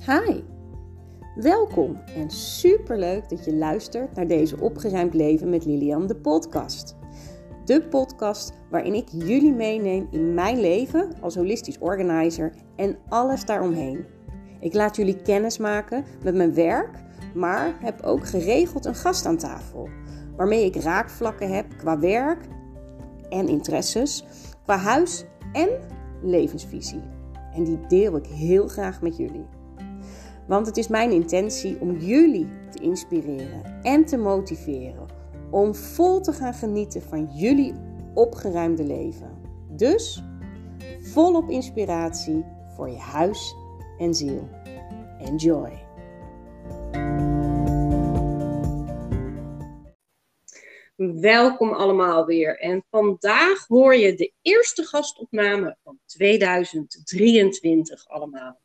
Hi, welkom en superleuk dat je luistert naar deze Opgeruimd Leven met Lilian, de podcast. De podcast waarin ik jullie meeneem in mijn leven als holistisch organizer en alles daaromheen. Ik laat jullie kennis maken met mijn werk, maar heb ook geregeld een gast aan tafel, waarmee ik raakvlakken heb qua werk en interesses, qua huis en levensvisie. En die deel ik heel graag met jullie. Want het is mijn intentie om jullie te inspireren en te motiveren om vol te gaan genieten van jullie opgeruimde leven. Dus volop inspiratie voor je huis en ziel. Enjoy! Welkom allemaal weer. En vandaag hoor je de eerste gastopname van 2023 allemaal.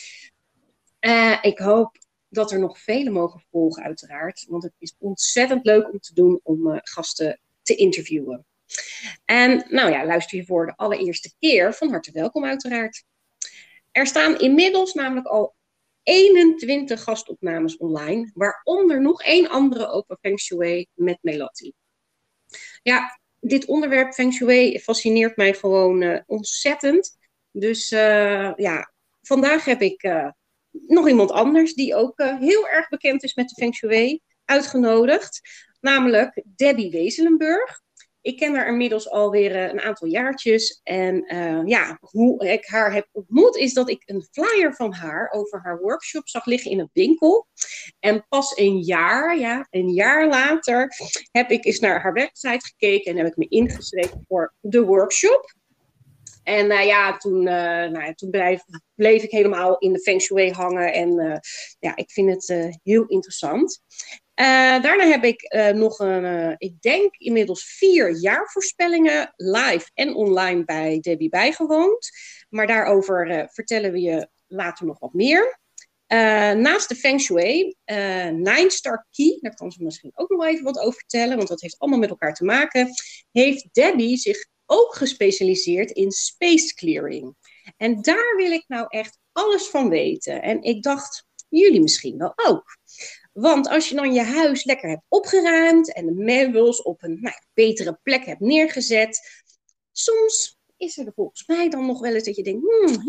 Ik hoop dat er nog vele mogen volgen uiteraard. Want het is ontzettend leuk om te doen om gasten te interviewen. En nou ja, luister je voor de allereerste keer, van harte welkom uiteraard. Er staan inmiddels namelijk al 21 gastopnames online. Waaronder nog 1 andere over Feng Shui met Melati. Ja, dit onderwerp Feng Shui fascineert mij gewoon ontzettend. Dus vandaag heb ik nog iemand anders die ook heel erg bekend is met de Feng Shui uitgenodigd. Namelijk Debbie Wezelenburg. Ik ken haar inmiddels alweer een aantal jaartjes. En hoe ik haar heb ontmoet is dat ik een flyer van haar over haar workshop zag liggen in een winkel. En pas een jaar later heb ik eens naar haar website gekeken en heb ik me ingeschreven voor de workshop. En toen bleef ik helemaal in de Feng Shui hangen. En ik vind het heel interessant. Daarna heb ik ik denk inmiddels 4 jaarvoorspellingen live en online bij Debbie bijgewoond. Maar daarover vertellen we je later nog wat meer. Naast de Feng Shui, 9-Star Key, daar kan ze misschien ook nog even wat over vertellen, want dat heeft allemaal met elkaar te maken, heeft Debbie zich ook gespecialiseerd in space clearing. En daar wil ik nou echt alles van weten. En ik dacht, jullie misschien wel ook. Want als je dan je huis lekker hebt opgeruimd en de meubels op een betere plek hebt neergezet, soms is er volgens mij dan nog wel eens dat je denkt,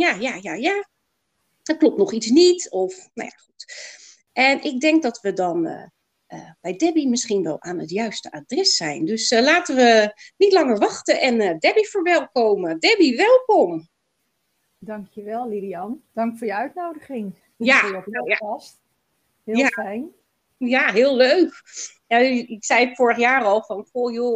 er klopt nog iets niet. Of, goed. En ik denk dat we dan bij Debbie misschien wel aan het juiste adres zijn. Dus laten we niet langer wachten en Debbie verwelkomen. Debbie, welkom. Dankjewel, Lilian. Dank voor je uitnodiging. Ja. Heel fijn. Ja, heel leuk. Ja, ik zei vorig jaar al van,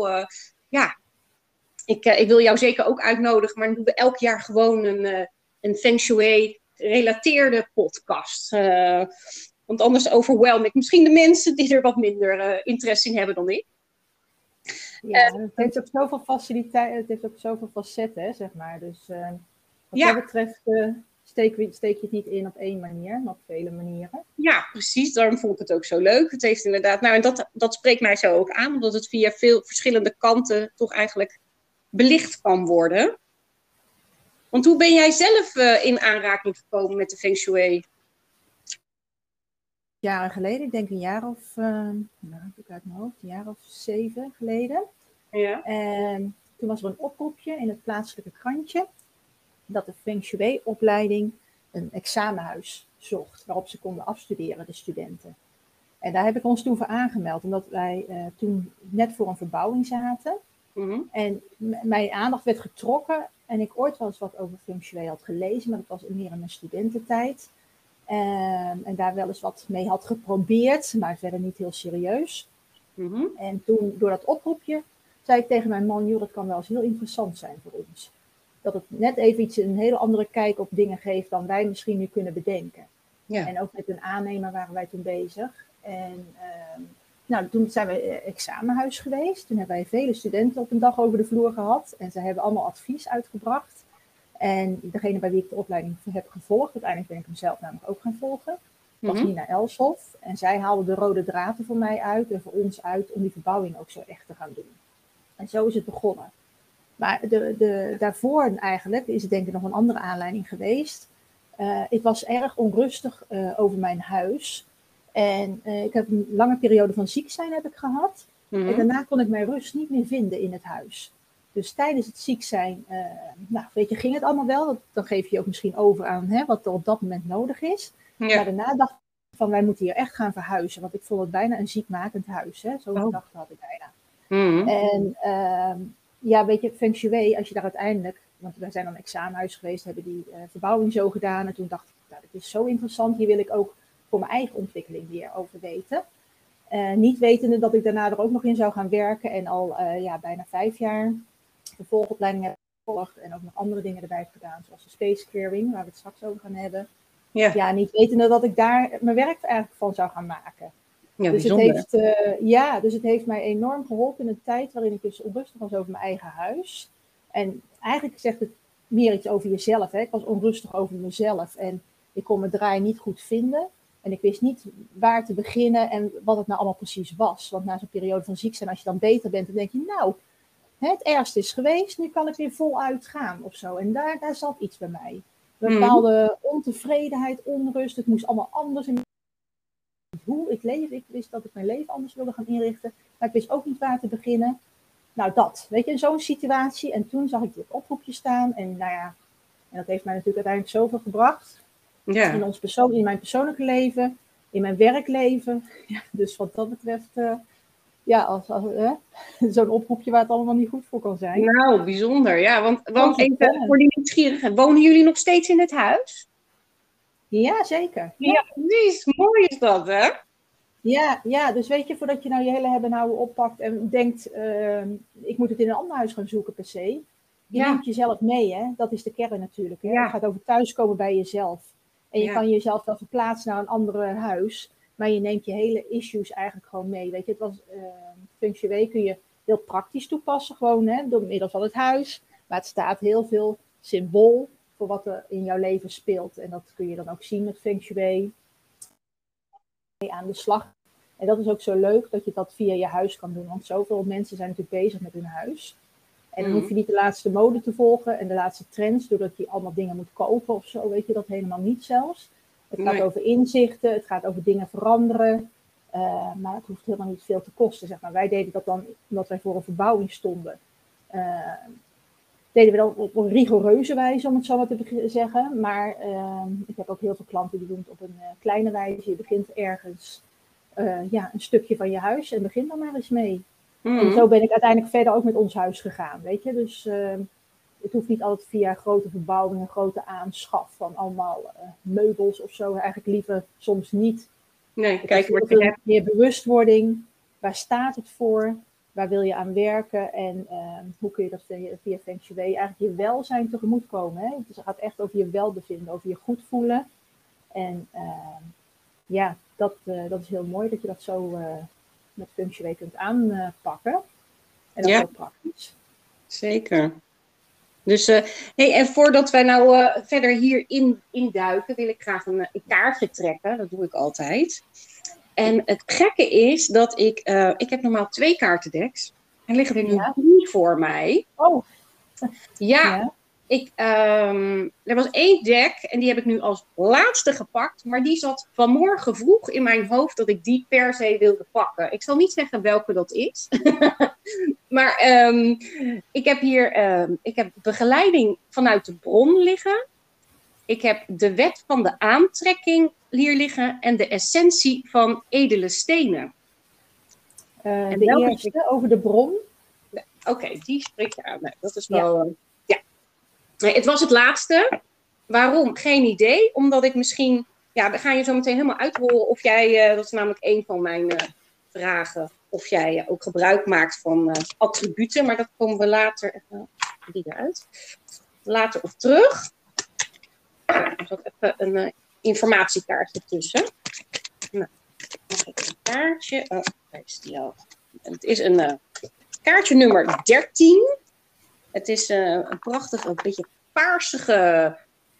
ik wil jou zeker ook uitnodigen, maar dan doen we elk jaar gewoon een Feng Shui gerelateerde podcast. Want anders overwhelm ik misschien de mensen die er wat minder interesse in hebben dan ik. Ja, het heeft ook zoveel faciliteiten, het heeft ook zoveel facetten, hè, zeg maar. Dus wat dat betreft steek je het niet in op 1 manier, maar op vele manieren. Ja, precies. Daarom vond ik het ook zo leuk. Het heeft inderdaad, en dat spreekt mij zo ook aan, omdat het via veel verschillende kanten toch eigenlijk belicht kan worden. Want hoe ben jij zelf in aanraking gekomen met de Feng Shui? Jaren geleden, ik denk een jaar of 7 geleden. Ja. En toen was er een oproepje in het plaatselijke krantje dat de Feng Shui opleiding een examenhuis zocht, waarop ze konden afstuderen, de studenten. En daar heb ik ons toen voor aangemeld, omdat wij toen net voor een verbouwing zaten. Mm-hmm. En mijn aandacht werd getrokken en ik ooit wel eens wat over Feng Shui had gelezen, maar dat was meer in mijn studententijd. En daar wel eens wat mee had geprobeerd, maar verder niet heel serieus. Mm-hmm. En toen, door dat oproepje, zei ik tegen mijn man, joh, dat kan wel eens heel interessant zijn voor ons. Dat het net even een hele andere kijk op dingen geeft dan wij misschien nu kunnen bedenken. Ja. En ook met een aannemer waren wij toen bezig. En toen zijn we examenhuis geweest. Toen hebben wij vele studenten op een dag over de vloer gehad. En ze hebben allemaal advies uitgebracht. En degene bij wie ik de opleiding heb gevolgd, uiteindelijk ben ik hem zelf namelijk ook gaan volgen, was Nina Elshoff. En zij haalde de rode draden voor mij uit en voor ons uit om die verbouwing ook zo echt te gaan doen. En zo is het begonnen. Maar daarvoor eigenlijk is het denk ik nog een andere aanleiding geweest. ik was erg onrustig over mijn huis. En ik heb een lange periode van ziek zijn heb ik gehad. En daarna kon ik mijn rust niet meer vinden in het huis. Dus tijdens het ziek zijn, ging het allemaal wel. Dan geef je ook misschien over aan wat er op dat moment nodig is. Ja. Maar daarna dacht ik van, wij moeten hier echt gaan verhuizen. Want ik vond het bijna een ziekmakend huis. Zo'n gedachte had ik bijna. En Feng Shui, als je daar uiteindelijk... Want wij zijn dan examenhuis geweest, hebben die verbouwing zo gedaan. En toen dacht ik, nou, dit is zo interessant. Hier wil ik ook voor mijn eigen ontwikkeling weer over weten. Niet wetende dat ik daarna er ook nog in zou gaan werken. En al bijna 5 jaar de volgopleiding heb gevolgd. En ook nog andere dingen erbij heb gedaan. Zoals de space clearing, waar we het straks over gaan hebben. Ja, niet wetende dat ik daar mijn werk eigenlijk van zou gaan maken. Ja, dus, het heeft mij enorm geholpen in een tijd waarin ik dus onrustig was over mijn eigen huis. En eigenlijk zegt het meer iets over jezelf. Ik was onrustig over mezelf en ik kon mijn draai niet goed vinden. En ik wist niet waar te beginnen en wat het nou allemaal precies was. Want na zo'n periode van ziek zijn, als je dan beter bent, dan denk je, nou, het ergste is geweest, nu kan ik weer voluit gaan of zo. En daar zat iets bij mij. Een bepaalde ontevredenheid, onrust, het moest allemaal anders. Hoe ik leef, ik wist dat ik mijn leven anders wilde gaan inrichten, maar ik wist ook niet waar te beginnen. Nou, dat, weet je, in zo'n situatie. En toen zag ik dit oproepje staan. En en dat heeft mij natuurlijk uiteindelijk zoveel gebracht. Ja. In mijn persoonlijke leven, in mijn werkleven. Ja, dus wat dat betreft, zo'n oproepje waar het allemaal niet goed voor kan zijn. Nou, bijzonder. Ja, want even voor die nieuwsgierigen, wonen jullie nog steeds in het huis? Ja, zeker. Ja, precies. Mooi is dat, hè? Ja, dus weet je, voordat je nou je hele hebben en houden oppakt en denkt, ik moet het in een ander huis gaan zoeken per se. Je neemt jezelf mee, hè? Dat is de kern natuurlijk. Hè? Ja. Het gaat over thuiskomen bij jezelf. En je kan jezelf wel verplaatsen naar een ander huis, maar je neemt je hele issues eigenlijk gewoon mee. Weet je, het was Feng Shui kun je heel praktisch toepassen, gewoon door middel van het huis. Maar het staat heel veel symbool voor wat er in jouw leven speelt. En dat kun je dan ook zien met Feng Shui. Aan de slag. En dat is ook zo leuk dat je dat via je huis kan doen. Want zoveel mensen zijn natuurlijk bezig met hun huis. En dan hoef je niet de laatste mode te volgen en de laatste trends, doordat je allemaal dingen moet kopen of zo, weet je dat helemaal niet zelfs. Het gaat over inzichten, het gaat over dingen veranderen. Maar het hoeft helemaal niet veel te kosten, zeg maar. Wij deden dat dan, omdat wij voor een verbouwing stonden. Deden we dan op een rigoureuze wijze, om het zo maar te zeggen. Maar ik heb ook heel veel klanten die doen het op een kleine wijze. Je begint ergens een stukje van je huis en begin dan maar eens mee. En zo ben ik uiteindelijk verder ook met ons huis gegaan, weet je. Dus het hoeft niet altijd via grote verbouwingen, grote aanschaf van allemaal meubels of zo. Eigenlijk liever soms niet. Nee, kijk wat je hebt. Meer bewustwording. Waar staat het voor? Waar wil je aan werken? En hoe kun je dat via Feng Shui eigenlijk je welzijn tegemoetkomen? Hè? Dus het gaat echt over je welbevinden, over je goed voelen. En dat is heel mooi dat je dat zo met Feng Shui kunt aanpakken. En dat is ook praktisch. Zeker. Dus, en voordat wij nou verder hierin induiken, wil ik graag een kaartje trekken. Dat doe ik altijd. En het gekke is dat ik heb normaal 2 kaartendeks. En liggen er nu 3 voor mij. Oh. Ja. Er was 1 deck en die heb ik nu als laatste gepakt. Maar die zat vanmorgen vroeg in mijn hoofd dat ik die per se wilde pakken. Ik zal niet zeggen welke dat is. Maar ik heb hier ik heb begeleiding vanuit de bron liggen. Ik heb de wet van de aantrekking hier liggen. En de essentie van edele stenen. De eerste over de bron. Oké, die spreek je aan. Nee, dat is wel... Nee, het was het laatste. Waarom? Geen idee. Omdat ik misschien... Ja, we gaan je zo meteen helemaal uithoren of jij... dat is namelijk een van mijn vragen. Of jij ook gebruik maakt van attributen. Maar dat komen we later... Even die eruit. Later op terug. Er zat even een informatiekaartje tussen. Nou, mag ik een kaartje... Oh, daar is die al. Het is een kaartje nummer 13... Het is een prachtige, een beetje paarsige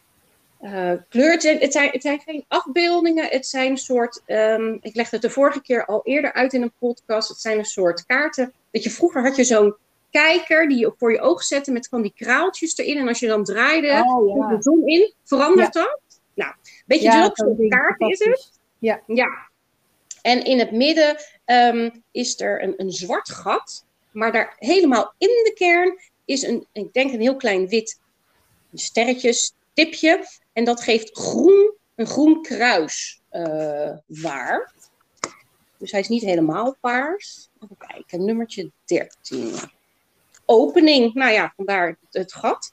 kleur. Het zijn geen afbeeldingen. Het zijn een soort... ik legde het de vorige keer al eerder uit in een podcast. Het zijn een soort kaarten. Dat je vroeger had je zo'n kijker die je voor je oog zette met van die kraaltjes erin. En als je dan draaide, de zon in. Verandert dat? Nou, een beetje Ja, druk zo'n op ding, kaart is het. fantastisch. Ja. Ja. En in het midden is er een zwart gat. Maar daar helemaal in de kern is ik denk een heel klein wit sterretjes-tipje. En dat geeft een groen kruis waar. Dus hij is niet helemaal paars. Even kijken, nummertje 13. Opening, nou ja, vandaar het gat.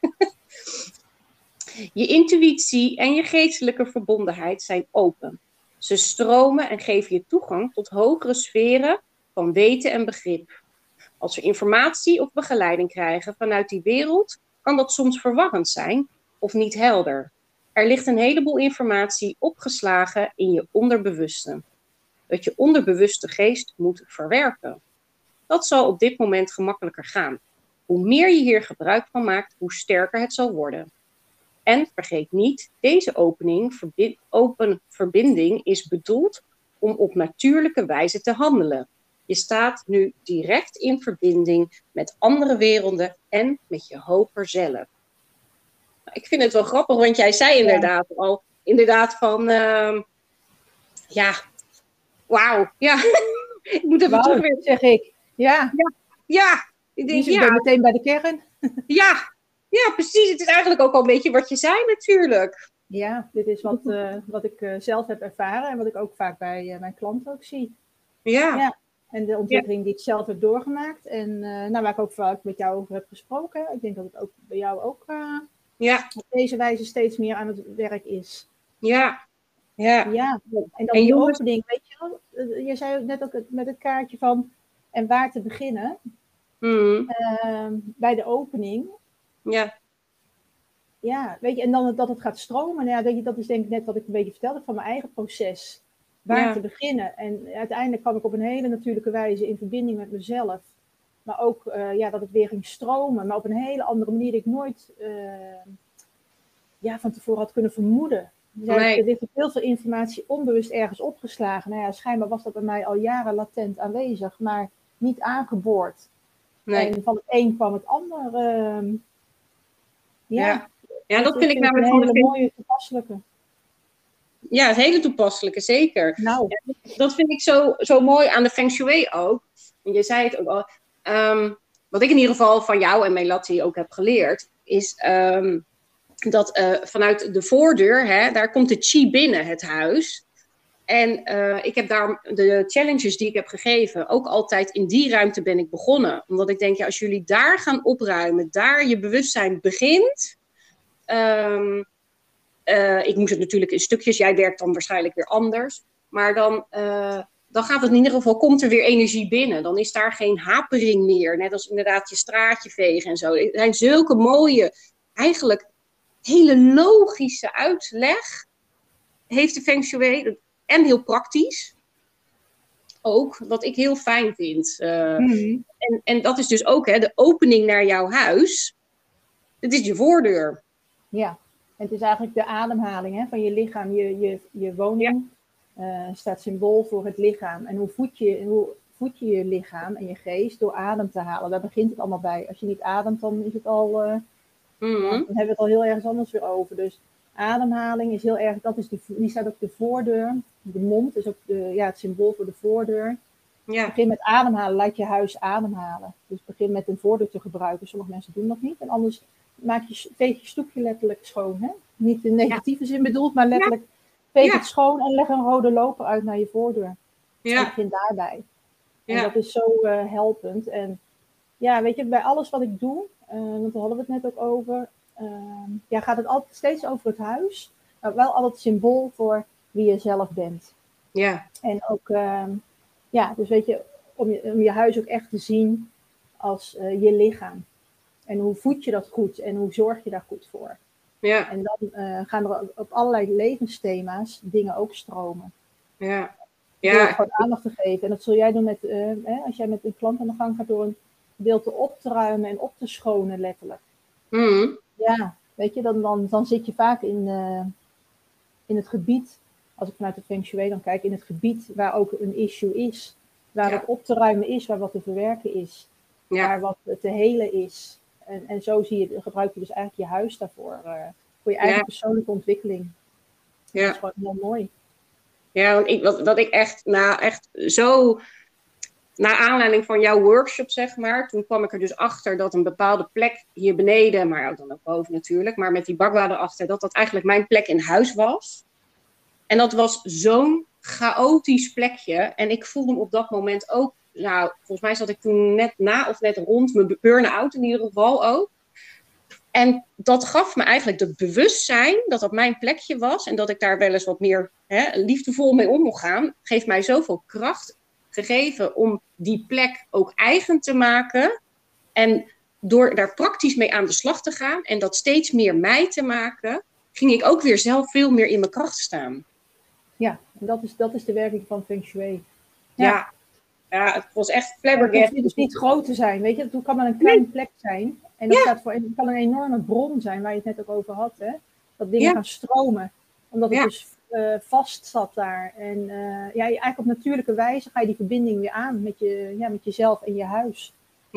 Je intuïtie en je geestelijke verbondenheid zijn open. Ze stromen en geven je toegang tot hogere sferen van weten en begrip. Als we informatie of begeleiding krijgen vanuit die wereld, kan dat soms verwarrend zijn of niet helder. Er ligt een heleboel informatie opgeslagen in je onderbewuste. Dat je onderbewuste geest moet verwerken. Dat zal op dit moment gemakkelijker gaan. Hoe meer je hier gebruik van maakt, hoe sterker het zal worden. En vergeet niet, deze open verbinding is bedoeld om op natuurlijke wijze te handelen. Je staat nu direct in verbinding met andere werelden en met je hoger zelf. Ik vind het wel grappig, want jij zei inderdaad van, ja, wauw, ja, ik moet even terug weer. Zeg ik. Ja. Ja, ik denk, Ik ben meteen bij de kern. Ja, precies. Het is eigenlijk ook al een beetje wat je zei natuurlijk. Ja, dit is wat ik zelf heb ervaren en wat ik ook vaak bij mijn klanten ook zie. Ja. En de ontwikkeling die ik zelf heb doorgemaakt. En waar ik ook vaak met jou over heb gesproken. Ik denk dat het ook bij jou ook op deze wijze steeds meer aan het werk is. Ja. En dan die opening, weet je wel. Je zei net ook met het kaartje van en waar te beginnen. Bij de opening. Ja. Ja, weet je, en dan dat het gaat stromen. Ja, weet je, dat is denk ik net wat ik een beetje vertelde van mijn eigen proces. Waar te beginnen. En uiteindelijk kwam ik op een hele natuurlijke wijze in verbinding met mezelf. Maar ook dat het weer ging stromen. Maar op een hele andere manier die ik nooit van tevoren had kunnen vermoeden. Er ligt heel veel informatie onbewust ergens opgeslagen. Nou ja, schijnbaar was dat bij mij al jaren latent aanwezig. Maar niet aangeboord. Nee. En van het een kwam het ander. Ja, dat vind ik namelijk een hele mooie toepasselijke. Ja, het hele toepasselijke, zeker. Nou. Ja, dat vind ik zo mooi aan de Feng Shui ook. En je zei het ook al. Wat ik in ieder geval van jou en Melati ook heb geleerd, is dat vanuit de voordeur, daar komt de chi binnen, het huis. En ik heb daar de challenges die ik heb gegeven, ook altijd in die ruimte ben ik begonnen. Omdat ik denk, ja, als jullie daar gaan opruimen, daar je bewustzijn begint. Ik moest het natuurlijk in stukjes, jij werkt dan waarschijnlijk weer anders. Maar dan gaat het in ieder geval, komt er weer energie binnen. Dan is daar geen hapering meer. Net als inderdaad je straatje vegen en zo. Er zijn zulke mooie, eigenlijk hele logische uitleg. Heeft de Feng Shui. En heel praktisch. Ook, wat ik heel fijn vind. En dat is dus ook de opening naar jouw huis. Het is je voordeur. Ja, en het is eigenlijk de ademhaling van je lichaam. Je woning staat symbool voor het lichaam. En hoe voed je je lichaam en je geest door adem te halen? Daar begint het allemaal bij. Als je niet ademt, dan is het al... dan hebben we het al heel ergens anders weer over. Dus ademhaling is heel erg... Die staat op de voordeur. De mond is ook het symbool voor de voordeur. Ja. Begin met ademhalen, laat je huis ademhalen. Dus begin met een voordeur te gebruiken. Sommige mensen doen dat niet. En anders veeg je stoepje letterlijk schoon. Hè? Niet in negatieve zin bedoeld, maar letterlijk veeg het schoon en leg een rode loper uit naar je voordeur. En begin daarbij. En dat is zo helpend. En ja, weet je, bij alles wat ik doe, want daar hadden we het net ook over, gaat het altijd steeds over het huis. Maar wel altijd symbool voor wie je zelf bent. Ja. En ook, dus weet je, om je huis ook echt te zien als je lichaam. En hoe voed je dat goed en hoe zorg je daar goed voor? Ja. En dan gaan er op allerlei levensthema's dingen ook stromen. Ja. Door gewoon aandacht te geven. En dat zul jij doen met, als jij met een klant aan de gang gaat door een gedeelte op te ruimen en op te schonen letterlijk. Ja, weet je, dan zit je vaak in het gebied, als ik vanuit de Feng Shui dan kijk, in het gebied waar ook een issue is. Waar het op te ruimen is, waar wat te verwerken is. Waar wat te helen is. En zo gebruik je dus eigenlijk je huis daarvoor. Voor je eigen persoonlijke ontwikkeling. Dat is gewoon heel mooi. Ja, want wat ik echt zo... Naar aanleiding van jouw workshop, zeg maar, toen kwam ik er dus achter dat een bepaalde plek hier beneden, maar dan ook boven natuurlijk, maar met die bakwa erachter, dat eigenlijk mijn plek in huis was. En dat was zo'n chaotisch plekje. En ik voelde me op dat moment ook, nou, volgens mij zat ik toen net na of net rond mijn burn-out in ieder geval ook. En dat gaf me eigenlijk het bewustzijn dat dat mijn plekje was en dat ik daar wel eens wat meer liefdevol mee om mocht gaan, geeft mij zoveel kracht gegeven om die plek ook eigen te maken. En door daar praktisch mee aan de slag te gaan en dat steeds meer mij te maken, ging ik ook weer zelf veel meer in mijn kracht staan. Ja, en dat is de werking van Feng Shui. Ja, het was echt flabbergasted. Het hoeft dus niet groot te zijn, weet je. Het kan maar een kleine plek zijn. En dat het kan een enorme bron zijn, waar je het net ook over had. Hè? Dat dingen gaan stromen. Omdat het dus vast zat daar. En eigenlijk op natuurlijke wijze ga je die verbinding weer aan met jezelf en je huis.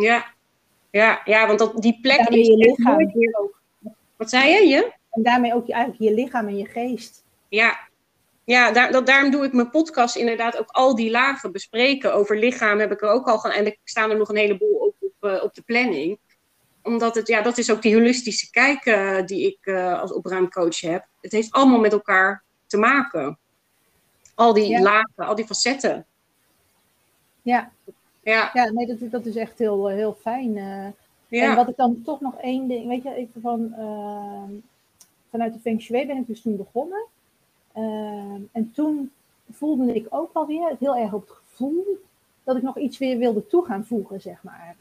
Ja, want die plek... Daarmee je lichaam ook. Wat zei je? En daarmee ook eigenlijk je lichaam en je geest. Ja, daarom doe ik mijn podcast inderdaad ook al die lagen bespreken. Over lichaam heb ik er ook al gaan. En er staan er nog een heleboel ook op de planning. Omdat dat is ook die holistische kijk die ik als opruimcoach heb. Het heeft allemaal met elkaar te maken. Al die lagen, al die facetten. Ja, nee, dat is echt heel, heel fijn. En wat ik dan toch nog één ding, weet je, vanuit de Feng Shui ben ik dus toen begonnen. En toen voelde ik ook alweer heel erg op het gevoel dat ik nog iets weer wilde toe gaan voegen, zeg maar.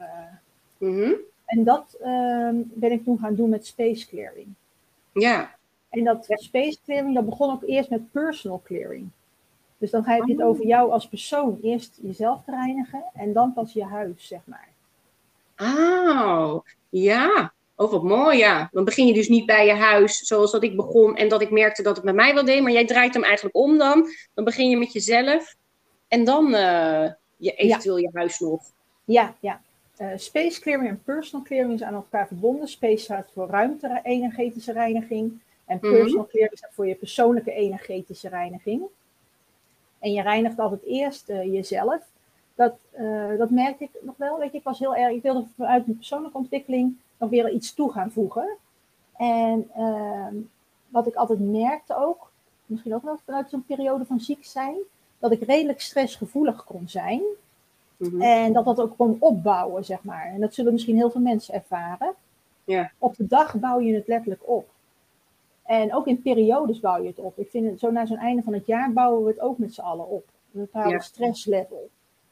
En dat ben ik toen gaan doen met space clearing. Ja. En dat space clearing, dat begon ook eerst met personal clearing. Dus dan heb je het over jou als persoon. Eerst jezelf te reinigen en dan pas je huis, zeg maar. Oh, ja. Oh, wat mooi, ja. Dan begin je dus niet bij je huis zoals dat ik begon en dat ik merkte dat het bij mij wel deed. Maar jij draait hem eigenlijk om dan. Dan begin je met jezelf en dan je eventueel je huis nog. Ja. Space clearing en personal clearing zijn aan elkaar verbonden. Space staat voor ruimte, energetische reiniging. En personal clearing staat voor je persoonlijke energetische reiniging. En je reinigt altijd eerst jezelf. Dat merkte ik nog wel. Weet je, ik wilde vanuit mijn persoonlijke ontwikkeling nog weer iets toe gaan voegen. En wat ik altijd merkte ook, misschien ook wel vanuit zo'n periode van ziek zijn, dat ik redelijk stressgevoelig kon zijn. En dat ook kon opbouwen, zeg maar. En dat zullen misschien heel veel mensen ervaren. Ja. Op de dag bouw je het letterlijk op. En ook in periodes bouw je het op. Ik vind het zo na zo'n einde van het jaar bouwen we het ook met z'n allen op. Een bepaalde stresslevel.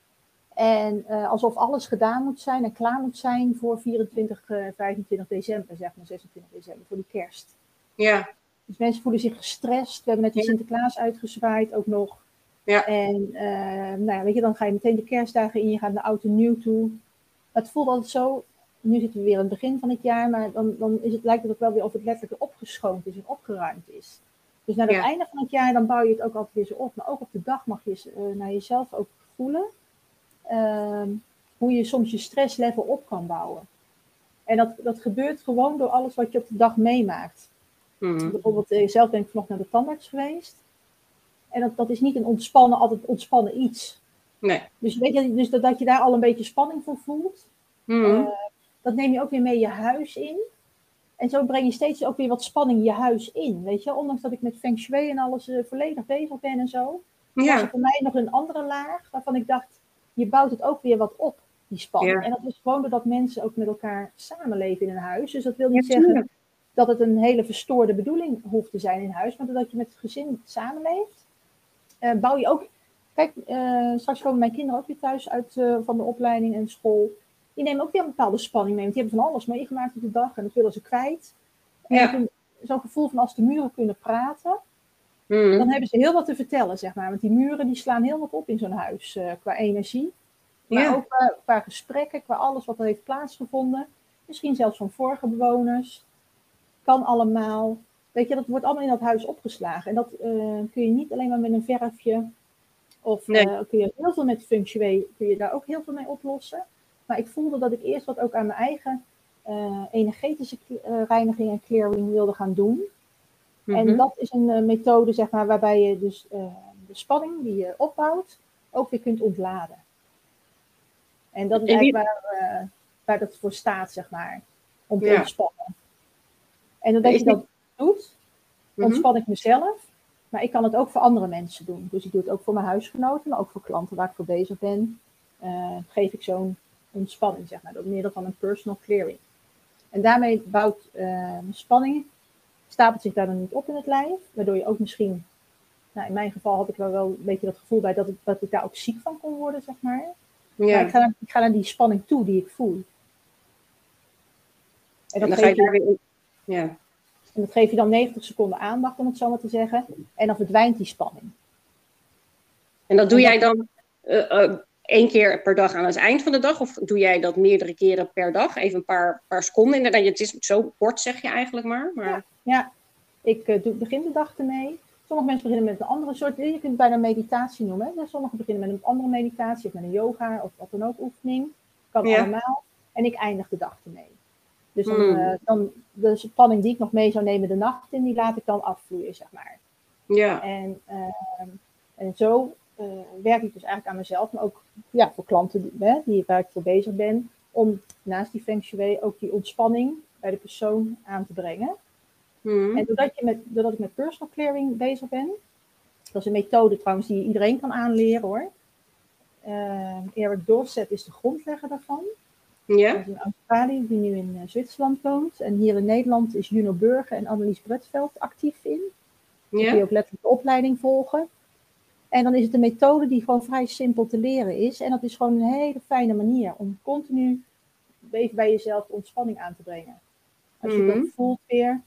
En alsof alles gedaan moet zijn en klaar moet zijn voor 24, 25 december, zeg maar 26 december, voor die kerst. Ja. Dus mensen voelen zich gestrest. We hebben net de Sinterklaas uitgezwaaid ook nog. Ja. En weet je, dan ga je meteen de kerstdagen in, je gaat naar oud en nieuw toe. Het voelt altijd zo, nu zitten we weer aan het begin van het jaar, maar dan lijkt het ook wel weer of het letterlijk opgeschoond is en opgeruimd is. Dus naar het einde van het jaar, dan bouw je het ook altijd weer zo op. Maar ook op de dag mag je naar jezelf ook voelen hoe je soms je stresslevel op kan bouwen. En dat gebeurt gewoon door alles wat je op de dag meemaakt. Bijvoorbeeld, zelf ben ik vanochtend naar de tandarts geweest. En dat is niet altijd ontspannen iets. Nee. Dus weet je, dus dat je daar al een beetje spanning voor voelt. Dat neem je ook weer mee je huis in. En zo breng je steeds ook weer wat spanning je huis in. Weet je, ondanks dat ik met Feng Shui en alles volledig bezig ben en zo. Was er voor mij nog een andere laag waarvan ik dacht, je bouwt het ook weer wat op, die spanning. Ja. En dat is gewoon doordat mensen ook met elkaar samenleven in een huis. Dus dat wil niet zeggen dat het een hele verstoorde bedoeling hoeft te zijn in huis. Maar doordat je met het gezin samenleeft, bouw je ook... Kijk, straks komen mijn kinderen ook weer thuis uit van de opleiding en school. Die nemen ook weer een bepaalde spanning mee. Want die hebben van alles meegemaakt op de dag en dat willen ze kwijt. En zo'n gevoel van als de muren kunnen praten, dan hebben ze heel wat te vertellen, zeg maar. Want die muren die slaan heel wat op in zo'n huis qua energie. Maar ook qua gesprekken, qua alles wat er heeft plaatsgevonden. Misschien zelfs van vorige bewoners. Kan allemaal. Weet je, dat wordt allemaal in dat huis opgeslagen. En dat kun je niet alleen maar met een verfje. Of kun je heel veel met Feng Shui, kun je daar ook heel veel mee oplossen. Maar ik voelde dat ik eerst wat ook aan mijn eigen energetische reiniging en clearing wilde gaan doen. En dat is een methode, zeg maar, waarbij je dus de spanning die je opbouwt ook weer kunt ontladen. En dat is eigenlijk waar dat voor staat, zeg maar, om te ontspannen. En doordat je dat doet, ontspan ik mezelf, maar ik kan het ook voor andere mensen doen. Dus ik doe het ook voor mijn huisgenoten, maar ook voor klanten waar ik voor bezig ben. Geef ik zo'n ontspanning, zeg maar, door middel van een personal clearing. En daarmee bouwt spanning, stapelt zich daar dan niet op in het lijf, waardoor je ook misschien, nou in mijn geval had ik wel een beetje dat gevoel bij dat ik daar ook ziek van kon worden, zeg maar. Ja. Maar ik ga naar die spanning toe die ik voel. En dan geef je, en dat geef je dan 90 seconden aandacht, om het zo maar te zeggen. En dan verdwijnt die spanning. En dat doe jij dan 1 keer per dag aan het eind van de dag? Of doe jij dat meerdere keren per dag? Even een paar seconden. Inderdaad, het is zo kort, zeg je eigenlijk maar. Ja. Ik begin de dag ermee. Sommige mensen beginnen met een andere soort. Je kunt het bijna meditatie noemen. Hè? Sommigen beginnen met een andere meditatie of met een yoga of wat dan ook oefening. Kan allemaal. En ik eindig de dag ermee. Dus dan de spanning die ik nog mee zou nemen de nacht in, die laat ik dan afvloeien, zeg maar. Ja. En zo werk ik dus eigenlijk aan mezelf, maar ook voor klanten waar ik voor bezig ben, om naast die Feng Shui ook die ontspanning bij de persoon aan te brengen. En doordat ik met personal clearing bezig ben, dat is een methode trouwens die iedereen kan aanleren hoor. Eric Dorset is de grondlegger daarvan. Ja. Dat is een Australiër die nu in Zwitserland woont. En hier in Nederland is Juno Burger en Annelies Bretveld actief in. Dan kun je ook letterlijk de opleiding volgen. En dan is het een methode die gewoon vrij simpel te leren is. En dat is gewoon een hele fijne manier om continu even bij jezelf de ontspanning aan te brengen. Als je dat voelt weer.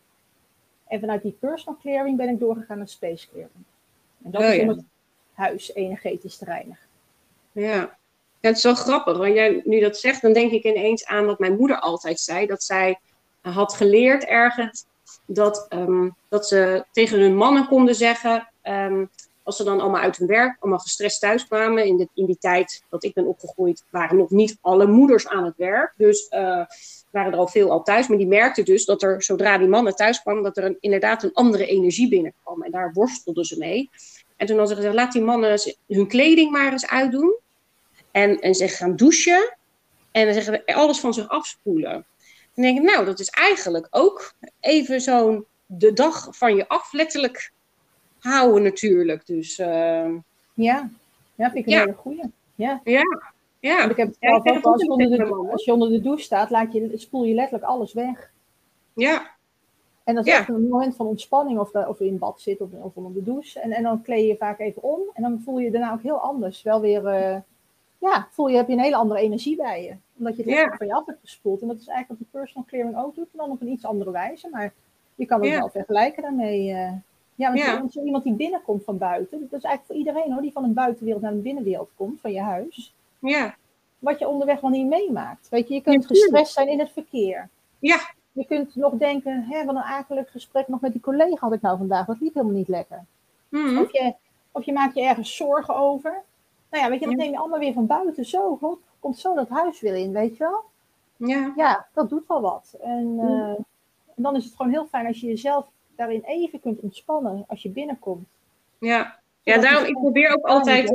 En vanuit die personal clearing ben ik doorgegaan naar space clearing. En dat is om het huis energetisch te reinigen. Ja. Ja, het is wel grappig, want jij nu dat zegt, dan denk ik ineens aan wat mijn moeder altijd zei. Dat zij had geleerd ergens dat ze tegen hun mannen konden zeggen, als ze dan allemaal uit hun werk, allemaal gestrest thuis kwamen. In die tijd dat ik ben opgegroeid, waren nog niet alle moeders aan het werk. Dus waren er al veel al thuis. Maar die merkten dus dat er, zodra die mannen thuis kwamen, dat er inderdaad een andere energie binnenkwam. En daar worstelden ze mee. En toen hadden ze gezegd, laat die mannen hun kleding maar eens uitdoen. En ze gaan douchen. En dan zeggen we alles van zich afspoelen. Dan denk ik, nou, dat is eigenlijk ook even zo'n de dag van je af letterlijk houden natuurlijk. Dus, vind ik een hele goeie. Ja. Want ik heb het zelf ook als je onder de douche staat, spoel je letterlijk alles weg. Ja. En dat is echt een moment van ontspanning of je in bad zit of onder de douche. En dan kleed je vaak even om. En dan voel je je daarna ook heel anders. Wel weer, heb je een hele andere energie bij je. Omdat je het letterlijk van je af hebt gespoeld. En dat is eigenlijk wat de personal clearing ook doet. Maar dan op een iets andere wijze. Maar je kan het wel vergelijken daarmee. Want zo iemand die binnenkomt van buiten. Dat is eigenlijk voor iedereen hoor. Die van een buitenwereld naar een binnenwereld komt. Van je huis. Ja. Wat je onderweg wel niet meemaakt. Weet je kunt gestrest zijn in het verkeer. Ja. Je kunt nog denken, wat een akelig gesprek nog met die collega had ik nou vandaag. Dat liep helemaal niet lekker. Of je maakt je ergens zorgen over. Nou ja, weet je, dat neem je allemaal weer van buiten. Zo, komt zo dat huis weer in, weet je wel? Ja, dat doet wel wat. En dan is het gewoon heel fijn als je jezelf daarin even kunt ontspannen als je binnenkomt. Ja, daarom, ik probeer ook altijd...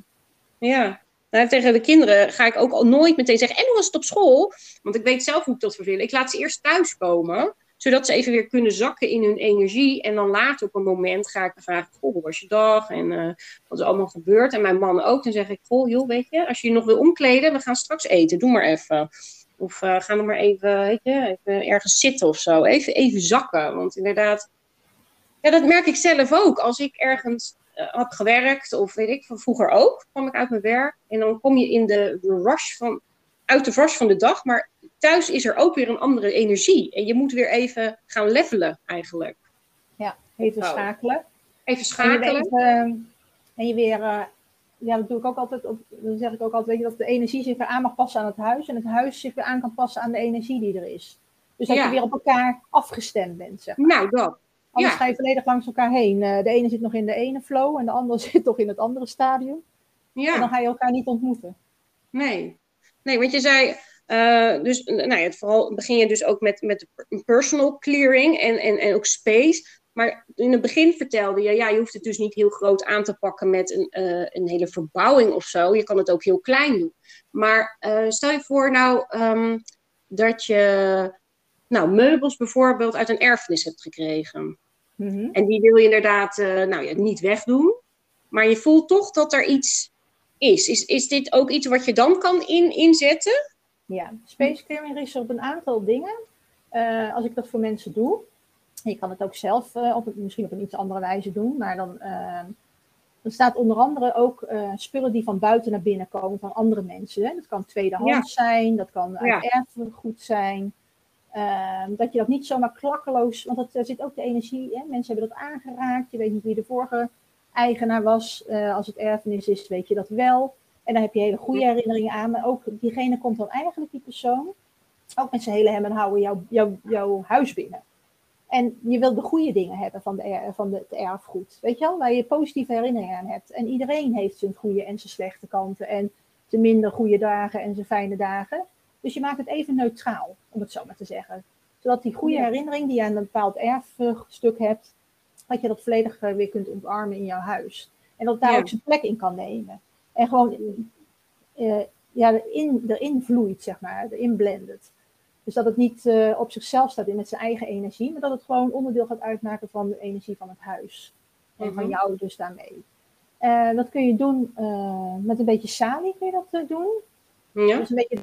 Nou, tegen de kinderen ga ik ook al nooit meteen zeggen, en hoe was het op school? Want ik weet zelf hoe ik dat verveel. Ik laat ze eerst thuiskomen, zodat ze even weer kunnen zakken in hun energie. En dan later op een moment ga ik vragen, goh, hoe was je dag? En wat is allemaal gebeurd? En mijn man ook. Dan zeg ik, goh, joh, weet je, als je je nog wil omkleden, we gaan straks eten. Doe maar even. Of ga dan maar even, weet je, even ergens zitten of zo. Even zakken. Want inderdaad, dat merk ik zelf ook. Als ik ergens heb gewerkt, of weet ik, van vroeger ook, kwam ik uit mijn werk. En dan kom je in de rush uit de rush van de dag. Maar thuis is er ook weer een andere energie. En je moet weer even gaan levelen, eigenlijk. Ja, even schakelen. Even schakelen. En je weer... dat doe ik ook altijd. Dan zeg ik ook altijd, weet je, dat de energie zich weer aan mag passen aan het huis. En het huis zich weer aan kan passen aan de energie die er is. Dus dat je weer op elkaar afgestemd bent, zeg maar. Nou, dat. Anders ga je volledig langs elkaar heen. De ene zit nog in de ene flow en de andere zit toch in het andere stadium. Ja. En dan ga je elkaar niet ontmoeten. Nee, want je zei... vooral begin je dus ook met personal clearing en ook space. Maar in het begin vertelde je, ja, je hoeft het dus niet heel groot aan te pakken met een hele verbouwing of zo. Je kan het ook heel klein doen. Maar stel je voor nou dat je meubels bijvoorbeeld uit een erfenis hebt gekregen. Mhm. En die wil je inderdaad niet wegdoen. Maar je voelt toch dat er iets is. Is dit ook iets wat je dan kan inzetten? Ja, space clearing richt zich op een aantal dingen. Als ik dat voor mensen doe, je kan het ook zelf misschien op een iets andere wijze doen, maar dan staat onder andere ook spullen die van buiten naar binnen komen van andere mensen. Hè? Dat kan tweedehands zijn, dat kan uit erfgoed zijn. Dat je dat niet zomaar klakkeloos, want daar zit ook de energie. Hè? Mensen hebben dat aangeraakt, je weet niet wie de vorige eigenaar was. Als het erfenis is, weet je dat wel. En daar heb je hele goede herinneringen aan. Maar ook diegene komt dan eigenlijk, die persoon, ook met zijn hele hem en houden jouw huis binnen. En je wilt de goede dingen hebben van het erfgoed. Weet je wel, waar je positieve herinneringen aan hebt. En iedereen heeft zijn goede en zijn slechte kanten. En zijn minder goede dagen en zijn fijne dagen. Dus je maakt het even neutraal, om het zo maar te zeggen. Zodat die goede herinnering die je aan een bepaald erfstuk hebt, dat je dat volledig weer kunt omarmen in jouw huis. En dat daar ook zijn plek in kan nemen. En gewoon erin vloeit, zeg maar. Erin blendet. Dus dat het niet op zichzelf staat met zijn eigen energie, maar dat het gewoon onderdeel gaat uitmaken van de energie van het huis. En van jou dus daarmee. Dat kun je doen met een beetje salie, kun je dat doen. Ja. Dus een beetje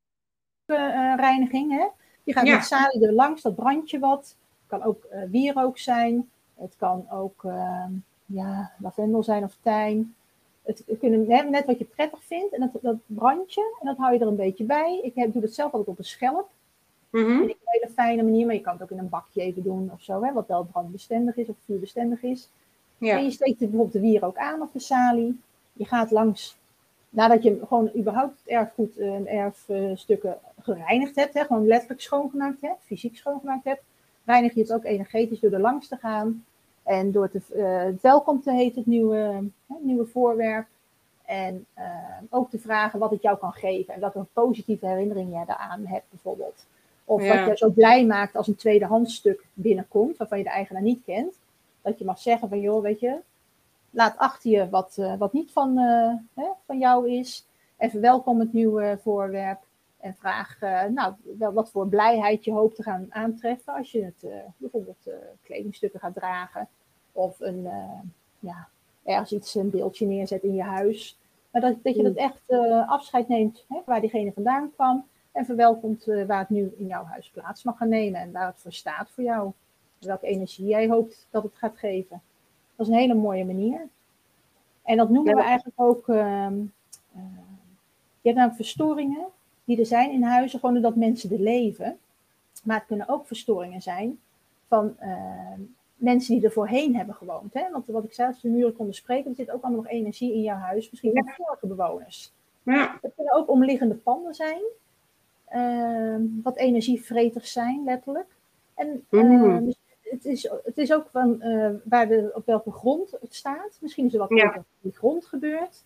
reiniging. Hè? Je gaat met salie er langs, dat brandt je wat. Het kan ook wierook zijn. Het kan ook lavendel zijn of tijm. Het kunnen net wat je prettig vindt. En dat brand je. En dat hou je er een beetje bij. Ik doe het zelf altijd op een schelp. Mm-hmm. Vind ik een hele fijne manier, maar je kan het ook in een bakje even doen of zo, hè, wat wel brandbestendig is of vuurbestendig is. Ja. En je steekt bijvoorbeeld de wierook aan of de salie. Je gaat langs, nadat je gewoon überhaupt het erfgoed en erfstukken gereinigd hebt, hè, gewoon letterlijk schoongemaakt hebt, fysiek schoongemaakt hebt, reinig je het ook energetisch door er langs te gaan. En door het welkom te heten, het nieuwe voorwerp. En ook te vragen wat het jou kan geven en welke positieve herinnering jij daaraan hebt bijvoorbeeld. Of wat je zo blij maakt als een tweedehands stuk binnenkomt, waarvan je de eigenaar niet kent. Dat je mag zeggen van, joh, weet je, laat achter je wat niet van jou is. En verwelkom het nieuwe voorwerp. En vraag wel wat voor blijheid je hoopt te gaan aantreffen als je het bijvoorbeeld kledingstukken gaat dragen. Of ergens een beeldje neerzet in je huis. Maar dat je dat echt afscheid neemt waar diegene vandaan kwam. En verwelkomt waar het nu in jouw huis plaats mag gaan nemen. En waar het voor staat voor jou. En welke energie jij hoopt dat het gaat geven. Dat is een hele mooie manier. En dat noemen we eigenlijk ook... je hebt namelijk verstoringen die er zijn in huizen. Gewoon doordat mensen er leven. Maar het kunnen ook verstoringen zijn van mensen die er voorheen hebben gewoond. Hè? Want wat ik zei, als de muren konden spreken, er zit ook allemaal nog energie in jouw huis. Misschien van vorige bewoners. Ja. Het kunnen ook omliggende panden zijn. Wat energievreters zijn, letterlijk. En het is ook van op welke grond het staat. Misschien is er wat op die grond gebeurd.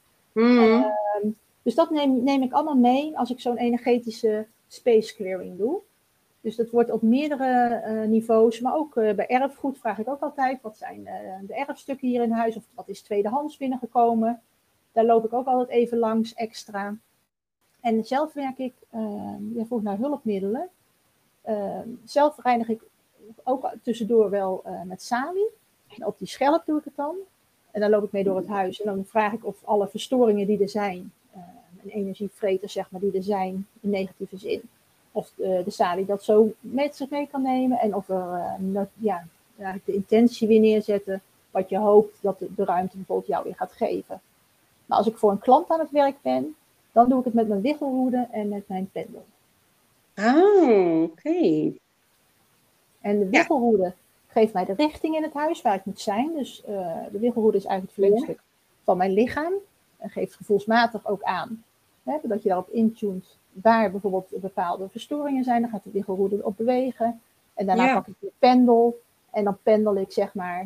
Dus dat neem ik allemaal mee als ik zo'n energetische space clearing doe. Dus dat wordt op meerdere niveaus, maar ook bij erfgoed vraag ik ook altijd, wat zijn de erfstukken hier in huis of wat is tweedehands binnengekomen. Daar loop ik ook altijd even langs extra. En zelf werk ik, je vroeg naar hulpmiddelen. Zelf reinig ik ook tussendoor wel met salie. En op die schelp doe ik het dan. En dan loop ik mee door het huis. En dan vraag ik of alle verstoringen die er zijn, en energievreters zeg maar die er zijn, in negatieve zin. Of de salie dat zo met zich mee kan nemen. En of er de intentie weer neerzetten. Wat je hoopt dat de ruimte bijvoorbeeld jou weer gaat geven. Maar als ik voor een klant aan het werk ben, dan doe ik het met mijn wiggelroede en met mijn pendel. Oh, oké. En de wiggelroede geeft mij de richting in het huis waar ik moet zijn. Dus de wiggelroede is eigenlijk het verlengstuk van mijn lichaam. En geeft gevoelsmatig ook aan. Hè, dat je daarop intunt waar bijvoorbeeld bepaalde verstoringen zijn. Dan gaat de wiggelroede op bewegen. En daarna pak ik de pendel. En dan pendel ik zeg maar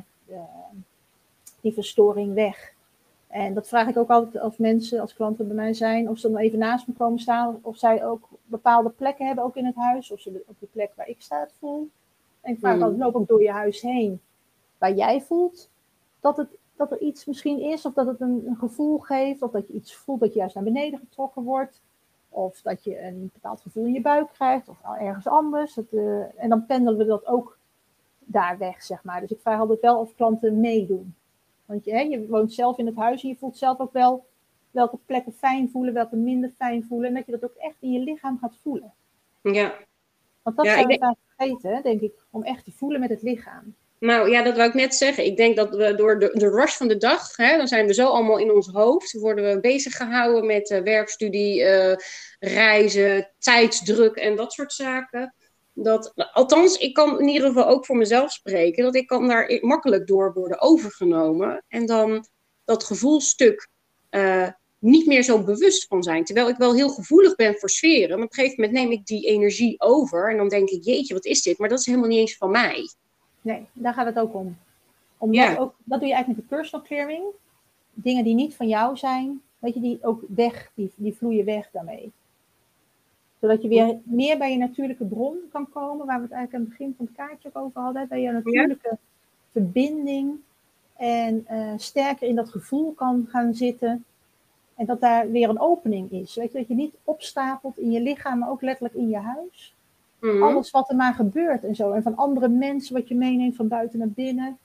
die verstoring weg. En dat vraag ik ook altijd als mensen, als klanten bij mij zijn, of ze dan even naast me komen staan, of zij ook bepaalde plekken hebben ook in het huis, of ze op de plek waar ik sta het voel. En ik vraag altijd, loop ook door je huis heen. waar jij voelt dat er iets misschien is, of dat het een gevoel geeft, of dat je iets voelt dat je juist naar beneden getrokken wordt, of dat je een bepaald gevoel in je buik krijgt, of ergens anders. En dan pendelen we dat ook daar weg, zeg maar. Dus ik vraag altijd wel of klanten meedoen. Want je woont zelf in het huis en je voelt zelf ook wel welke plekken fijn voelen, welke minder fijn voelen. En dat je dat ook echt in je lichaam gaat voelen. Ja. Want dat zijn we vaak vergeten, denk ik, om echt te voelen met het lichaam. Nou ja, dat wou ik net zeggen. Ik denk dat we door de rush van de dag, dan zijn we zo allemaal in ons hoofd, worden we bezig gehouden met werkstudie, reizen, tijdsdruk en dat soort zaken. Althans, ik kan in ieder geval ook voor mezelf spreken, dat ik kan daar makkelijk door worden overgenomen en dan dat gevoelstuk niet meer zo bewust van zijn. Terwijl ik wel heel gevoelig ben voor sferen, maar op een gegeven moment neem ik die energie over en dan denk ik, jeetje, wat is dit? Maar dat is helemaal niet eens van mij. Nee, daar gaat het ook om. Dat doe je eigenlijk met de personal clearing. Dingen die niet van jou zijn, weet je, die ook weg, die vloeien weg daarmee. Zodat je weer meer bij je natuurlijke bron kan komen, waar we het eigenlijk aan het begin van het kaartje ook over hadden. Bij je natuurlijke verbinding en sterker in dat gevoel kan gaan zitten. En dat daar weer een opening is. Weet je, dat je niet opstapelt in je lichaam, maar ook letterlijk in je huis. Mm-hmm. Alles wat er maar gebeurt en zo. En van andere mensen wat je meeneemt van buiten naar binnen.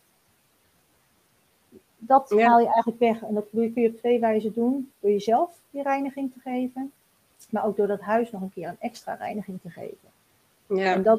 Dat haal je eigenlijk weg. En dat kun je op 2 wijzen doen. Door jezelf die reiniging te geven. Maar ook door dat huis nog een keer een extra reiniging te geven. Ja. En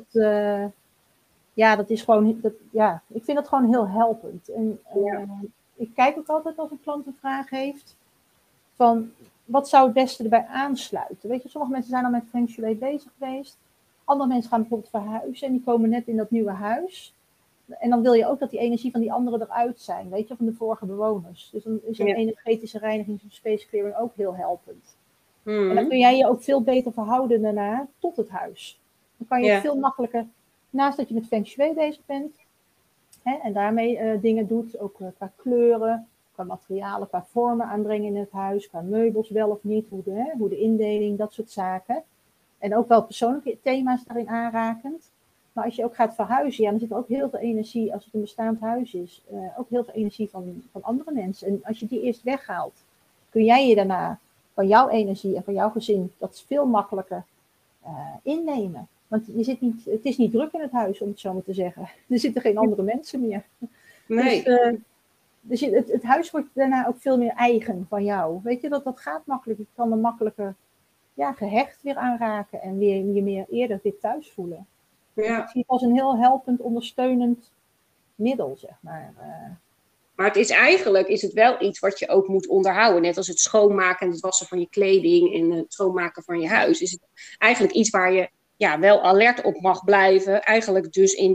dat is gewoon... ik vind dat gewoon heel helpend. En ik kijk ook altijd als een klant een vraag heeft. Van, wat zou het beste erbij aansluiten? Weet je, sommige mensen zijn al met Feng Shui bezig geweest. Andere mensen gaan bijvoorbeeld verhuizen en die komen net in dat nieuwe huis. En dan wil je ook dat die energie van die anderen eruit zijn, weet je, van de vorige bewoners. Dus dan is een energetische reiniging, zo'n space clearing ook heel helpend. En dan kun jij je ook veel beter verhouden daarna tot het huis. Dan kan je veel makkelijker, naast dat je met Feng Shui bezig bent, en daarmee dingen doet, ook qua kleuren, qua materialen, qua vormen aanbrengen in het huis, qua meubels wel of niet, hoe de indeling, dat soort zaken. En ook wel persoonlijke thema's daarin aanrakend. Maar als je ook gaat verhuizen, dan zit er ook heel veel energie, als het een bestaand huis is, ook heel veel energie van andere mensen. En als je die eerst weghaalt, kun jij je daarna van jouw energie en van jouw gezin dat veel makkelijker innemen. Want het is niet druk in het huis, om het zo maar te zeggen. Er zitten geen andere mensen meer. Nee. Dus het huis wordt daarna ook veel meer eigen van jou. Weet je, dat gaat makkelijk. Je kan er makkelijker gehecht weer aanraken en je meer eerder weer thuis voelen. Ja. Dus ik zie het als een heel helpend, ondersteunend middel, zeg maar. Maar het is het wel iets wat je ook moet onderhouden. Net als het schoonmaken en het wassen van je kleding en het schoonmaken van je huis. Is het eigenlijk iets waar je wel alert op mag blijven. Eigenlijk dus in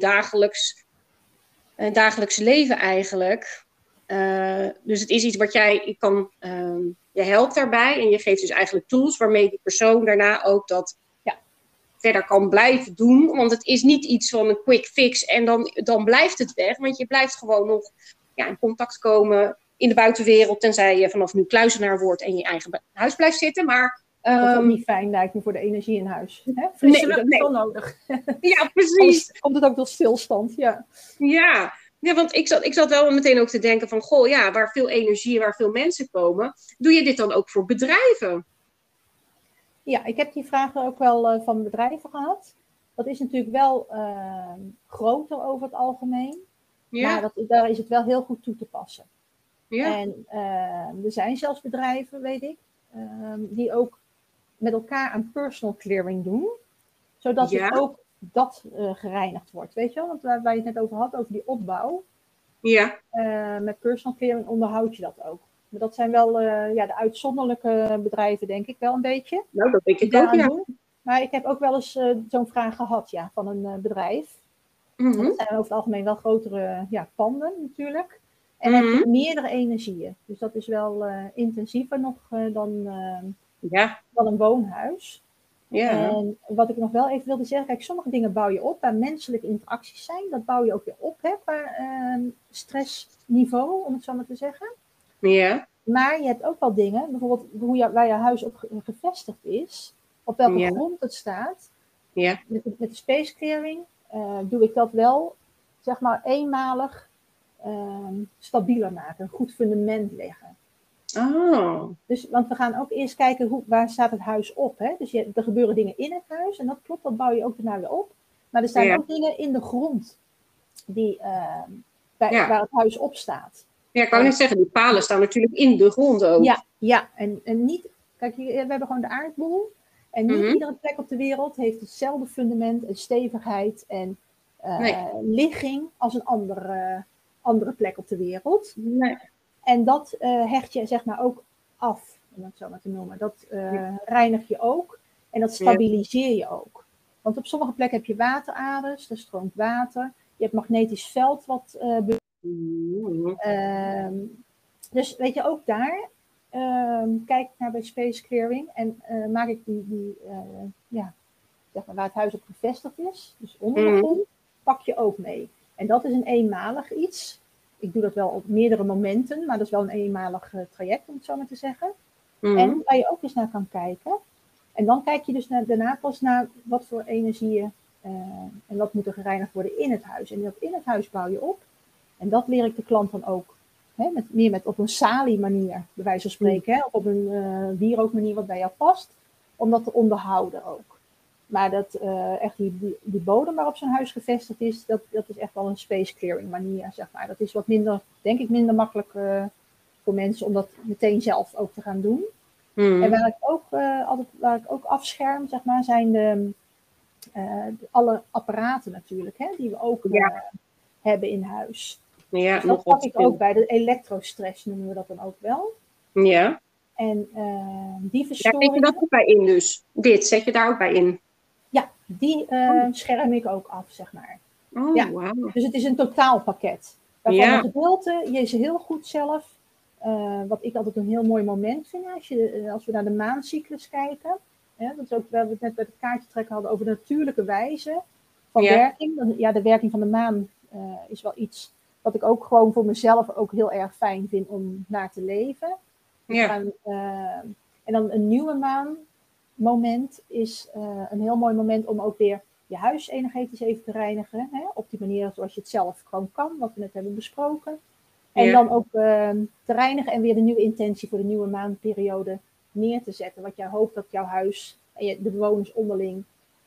dagelijks leven eigenlijk. Dus het is iets wat je helpt daarbij. En je geeft dus eigenlijk tools waarmee die persoon daarna ook dat verder kan blijven doen. Want het is niet iets van een quick fix en dan blijft het weg. Want je blijft gewoon nog in contact komen in de buitenwereld. Tenzij je vanaf nu kluizenaar wordt en in je eigen huis blijft zitten. Maar dat is ook niet fijn, lijkt me, voor de energie in huis. Frisse lucht is wel nodig. Ja, precies. Anders komt het ook tot stilstand, Ja, want ik zat wel meteen ook te denken van, waar veel energie, waar veel mensen komen. Doe je dit dan ook voor bedrijven? Ja, ik heb die vragen ook wel van bedrijven gehad. Dat is natuurlijk wel groter over het algemeen. Ja. Maar daar is het wel heel goed toe te passen. Ja. En er zijn zelfs bedrijven, weet ik, die ook met elkaar een personal clearing doen. Zodat het ook gereinigd wordt. Weet je wel? Want waar je het net over had, over die opbouw. Ja. Met personal clearing onderhoud je dat ook. Maar dat zijn wel de uitzonderlijke bedrijven, denk ik wel een beetje. Nou, dat denk ik ook, doen. Maar ik heb ook wel eens zo'n vraag gehad van een bedrijf. Mm-hmm. Dat zijn over het algemeen wel grotere panden natuurlijk. En heb je meerdere energieën. Dus dat is wel intensiever nog dan een woonhuis. Ja. En wat ik nog wel even wilde zeggen, kijk, sommige dingen bouw je op waar menselijke interacties zijn. Dat bouw je ook weer op, qua stressniveau, om het zo maar te zeggen. Ja. Maar je hebt ook wel dingen, bijvoorbeeld waar je huis op gevestigd is, op welke grond het staat. Ja. Met de space clearing doe ik dat wel, zeg maar, eenmalig stabieler maken, een goed fundament leggen. Oh. Dus, want we gaan ook eerst kijken, waar staat het huis op? Hè? Dus er gebeuren dingen in het huis en dat klopt, dat bouw je ook daarna weer op. Maar er staan ook dingen in de grond die, waar het huis op staat. Ja, ik wou net zeggen, die palen staan natuurlijk in de grond ook. Ja. En niet, kijk, we hebben gewoon de aardbol. En niet iedere plek op de wereld heeft hetzelfde fundament en stevigheid en ligging als een andere plek op de wereld. Nee. En dat hecht je zeg maar ook af, om het zo maar te noemen. Dat reinig je ook en dat stabiliseer je ook. Want op sommige plekken heb je wateraders, er stroomt water. Je hebt magnetisch veld wat dus weet je, ook daar kijk ik naar bij Space Clearing en maak ik zeg maar waar het huis op gevestigd is, dus onder de grond, pak je ook mee. En dat is een eenmalig iets. Ik doe dat wel op meerdere momenten, maar dat is wel een eenmalig traject, om het zo maar te zeggen. En waar je ook eens naar kan kijken. En dan kijk je dus daarna pas naar wat voor energieën en wat moet er gereinigd worden in het huis. En dat in het huis bouw je op. En dat leer ik de klant dan ook. Hè, meer op een sali-manier, bij wijze van spreken. Hè, of op een wierookmanier wat bij jou past. Om dat te onderhouden ook. Maar dat echt die bodem waarop zo'n huis gevestigd is, dat is echt wel een space clearing manier, zeg maar. Dat is wat minder, denk ik, minder makkelijk voor mensen om dat meteen zelf ook te gaan doen. En waar ik ook afscherm, zeg maar, zijn alle apparaten natuurlijk, hè, die we ook hebben in huis. Ja, dus dat pak ik ook bij. De elektrostress noemen we dat dan ook wel. Ja. En die verstoring... Daar zet je dat ook bij in dus? Dit zet je daar ook bij in? Ja, die scherm ik ook af, zeg maar. Oh, ja. Wow. Dus het is een totaalpakket. Waarvan een gedeelte, je is heel goed zelf... wat ik altijd een heel mooi moment vind, als we naar de maancyclus kijken. Dat is ook waar we het net bij het kaartje trekken hadden over de natuurlijke wijze van werking. Ja, de werking van de maan is wel iets wat ik ook gewoon voor mezelf ook heel erg fijn vind om naar te leven. Ja. En dan een nieuwe maanmoment is een heel mooi moment om ook weer je huis energetisch even te reinigen. Hè? Op die manier zoals je het zelf gewoon kan, wat we net hebben besproken. En dan ook te reinigen en weer de nieuwe intentie voor de nieuwe maandperiode neer te zetten. Wat jij hoopt dat jouw huis en de bewoners onderling,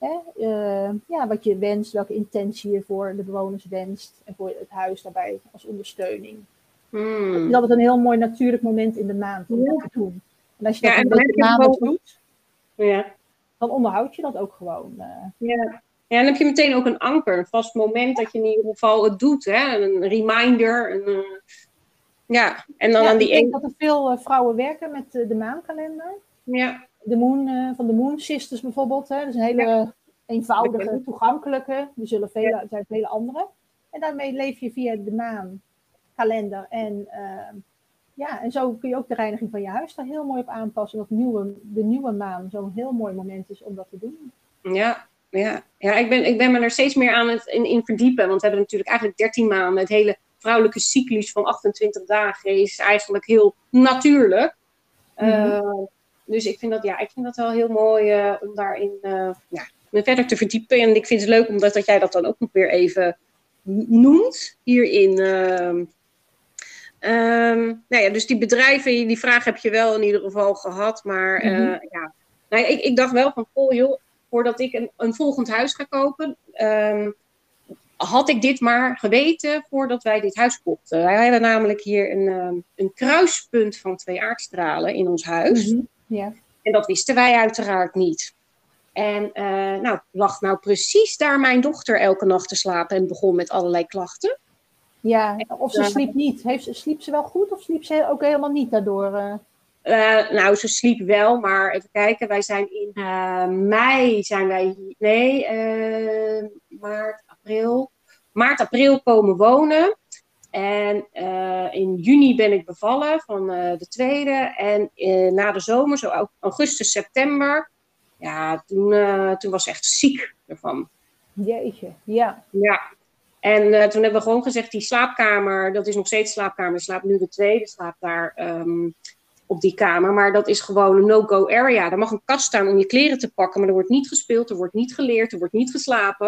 wat je wenst, welke intentie je voor de bewoners wenst. En voor het huis daarbij als ondersteuning. Het is altijd een heel mooi natuurlijk moment in de maand om dat te doen. En als je dat een beetje maandelijks doet, dan onderhoud je dat ook gewoon. Ja, en dan heb je meteen ook een anker, een vast moment dat je in ieder geval het doet. Hè? Een reminder. En dan aan die ik denk dat er veel vrouwen werken met de maankalender. Ja. De Moon, van de Moon Sisters bijvoorbeeld. Hè? Dat is een hele eenvoudige, toegankelijke. Er zijn vele andere. En daarmee leef je via de maankalender. En zo kun je ook de reiniging van je huis daar heel mooi op aanpassen. Dat de nieuwe maan zo'n heel mooi moment is om dat te doen. Ja, ik ben me er steeds meer aan het in verdiepen. Want we hebben natuurlijk eigenlijk 13 maanden. Het hele vrouwelijke cyclus van 28 dagen is eigenlijk heel natuurlijk. Dus ik vind dat wel heel mooi om daarin me verder te verdiepen. En ik vind het leuk omdat dat jij dat dan ook nog weer even noemt hierin. Dus die bedrijven, die vraag heb je wel in ieder geval gehad. Maar ik dacht wel van, voordat ik een volgend huis ga kopen, had ik dit maar geweten voordat wij dit huis kochten. Wij hebben namelijk hier een kruispunt van 2 aardstralen in ons huis. En dat wisten wij uiteraard niet. En lag nou precies daar mijn dochter elke nacht te slapen en begon met allerlei klachten. Ja, of ze sliep niet. Sliep ze wel goed of sliep ze ook helemaal niet daardoor? Ze sliep wel, maar even kijken. Wij zijn in mei, maart, april komen wonen. En in juni ben ik bevallen van de tweede. En na de zomer, zo augustus, september, toen was ze echt ziek ervan. Jeetje, ja. Ja. En toen hebben we gewoon gezegd, die slaapkamer, dat is nog steeds slaapkamer. Slaapt nu de tweede, slaapt daar op die kamer. Maar dat is gewoon een no-go area. Er mag een kast staan om je kleren te pakken, maar er wordt niet gespeeld, er wordt niet geleerd, er wordt niet geslapen.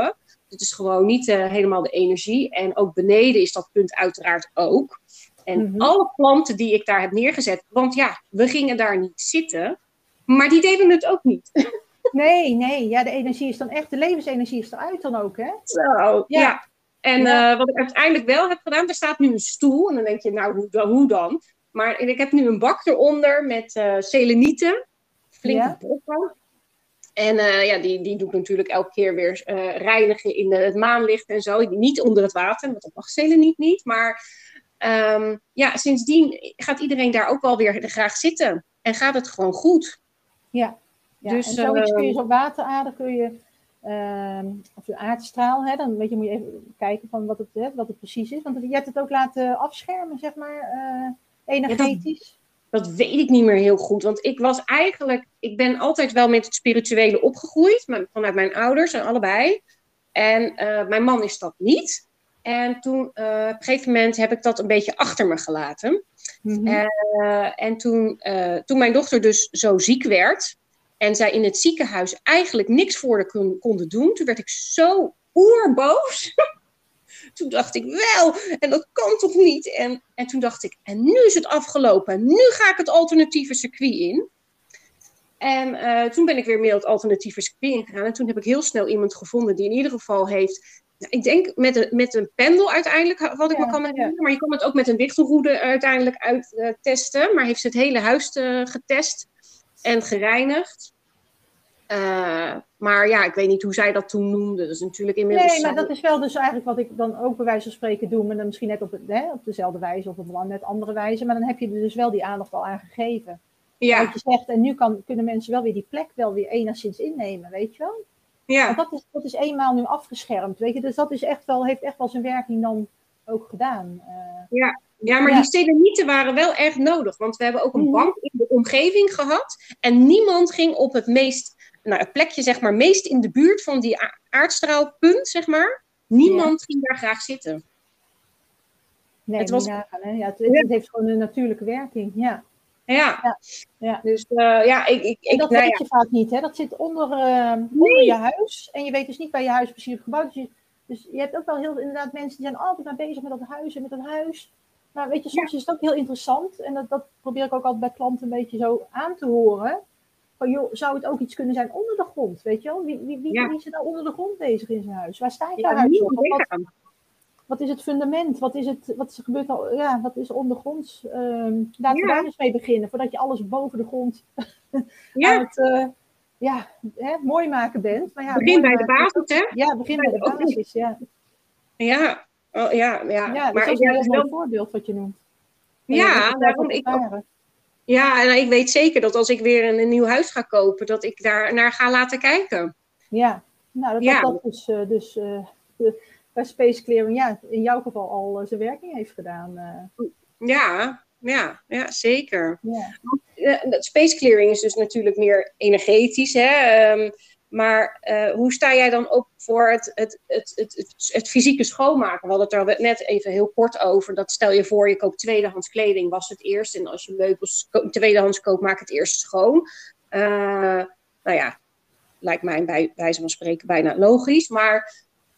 Het is gewoon niet helemaal de energie. En ook beneden is dat punt uiteraard ook. En alle planten die ik daar heb neergezet, want ja, we gingen daar niet zitten, maar die deden het ook niet. Nee, ja, de energie is dan echt, de levensenergie is eruit dan ook, hè? Zo, ja. En wat ik uiteindelijk wel heb gedaan, er staat nu een stoel. En dan denk je, nou, hoe dan? Maar ik heb nu een bak eronder met selenieten. Flinke brokken. En die doe ik natuurlijk elke keer weer reinigen in het maanlicht en zo. Niet onder het water, want dat mag seleniet niet. Maar sindsdien gaat iedereen daar ook wel weer graag zitten. En gaat het gewoon goed. Ja, dus, en zoiets kun je zo waterader kun je, of een aardstraal, hè, dan moet je even kijken van wat het precies is. Want je hebt het ook laten afschermen, zeg maar, energetisch. Dat weet ik niet meer heel goed. Want ik ben altijd wel met het spirituele opgegroeid. Vanuit mijn ouders en allebei. En mijn man is dat niet. En toen, op een gegeven moment heb ik dat een beetje achter me gelaten. En toen mijn dochter dus zo ziek werd. En zij in het ziekenhuis eigenlijk niks voor haar konden doen. Toen werd ik zo oerboos. Toen dacht ik wel, en dat kan toch niet? En toen dacht ik, en nu is het afgelopen. Nu ga ik het alternatieve circuit in. En toen ben ik weer meer het alternatieve circuit ingegaan. En toen heb ik heel snel iemand gevonden die in ieder geval heeft... Ik denk met een pendel uiteindelijk, wat ik me kan herinneren. Ja. Maar je kan het ook met een wichtelroede uiteindelijk uittesten. Maar heeft ze het hele huis getest en gereinigd. Maar ja, ik weet niet hoe zij dat toen noemde. Dat is natuurlijk inmiddels... Nee, maar dat is wel dus eigenlijk wat ik dan ook bij wijze van spreken doe. Maar dan misschien net op dezelfde wijze of op een net andere wijze. Maar dan heb je er dus wel die aandacht al aan gegeven. Ja. Wat je zegt, en nu kunnen mensen wel weer die plek wel weer enigszins innemen, weet je wel? Ja. Want dat is eenmaal nu afgeschermd, weet je. Dus dat is heeft echt wel zijn werking dan ook gedaan. Ja, maar die selenieten waren wel echt nodig. Want we hebben ook een bank in de omgeving gehad. En niemand ging op het het plekje zeg maar meest in de buurt van die aardstraalpunt, zeg maar. Niemand ging daar graag zitten. Nee, het heeft gewoon een natuurlijke werking, ja. Dus dat weet je vaak niet, hè? Dat zit onder je huis. En je weet dus niet waar je huis precies gebouwd is. Dus je hebt ook wel inderdaad mensen die zijn altijd maar bezig met dat huis en met dat huis. Maar weet je, soms is het ook heel interessant. En dat probeer ik ook altijd bij klanten een beetje zo aan te horen. Van joh, zou het ook iets kunnen zijn onder de grond? Weet je wel? Wie is er nou onder de grond bezig in zijn huis? Waar staat jouw huis op? Wat is het fundament? Wat is er ondergronds? Laten we daar eens mee beginnen. Voordat je alles boven de grond aan het mooi maken bent. Maar begin bij de basis, hè? Ja, begin bij de basis, ja. Ja. Maar dat is een heel mooi voorbeeld wat je noemt. Ja, daarom ik weet zeker dat als ik weer een nieuw huis ga kopen, dat ik daar naar ga laten kijken. Ja, nou dat is dus bij Space Clearing in jouw geval al zijn werking heeft gedaan. Ja, zeker. Ja. Space Clearing is dus natuurlijk meer energetisch, hè? Maar hoe sta jij dan op voor het fysieke schoonmaken? We hadden het er net even heel kort over. Dat stel je voor, je koopt tweedehands kleding, was het eerst. En als je meubels tweedehands koopt, maak het eerst schoon. Lijkt mij bij wijze van spreken bijna logisch. Maar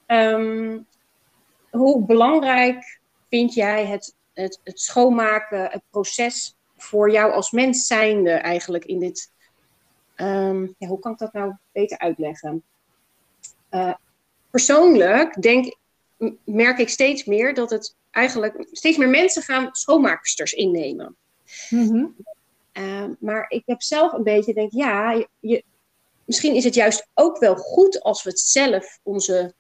hoe belangrijk vind jij het schoonmaken, het proces voor jou als mens zijnde eigenlijk in dit... hoe kan ik dat nou beter uitleggen? Persoonlijk merk ik steeds meer dat het eigenlijk steeds meer mensen gaan schoonmaaksters innemen. Maar ik heb zelf een beetje misschien is het juist ook wel goed als we het zelf onze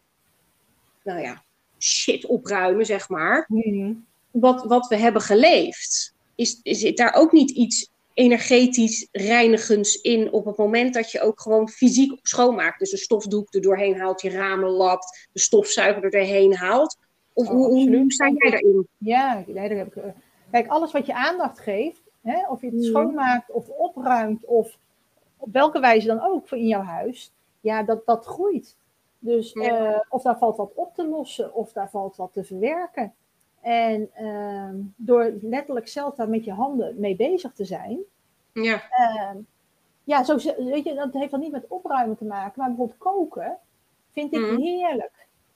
shit opruimen, zeg maar. Wat we hebben geleefd. Is daar ook niet iets energetisch reinigends in op het moment dat je ook gewoon fysiek schoonmaakt? Dus een stofdoek er doorheen haalt, je ramen lapt, de stofzuiger er doorheen haalt. Of hoe sta jij daarin? Ja, daar heb ik... Kijk, alles wat je aandacht geeft, hè, of je het schoonmaakt of opruimt of op welke wijze dan ook in jouw huis, dat groeit. Dus of daar valt wat op te lossen of daar valt wat te verwerken. En door letterlijk zelf daar met je handen mee bezig te zijn. Zo, weet je, dat heeft dan niet met opruimen te maken. Maar bijvoorbeeld koken vind ik heerlijk.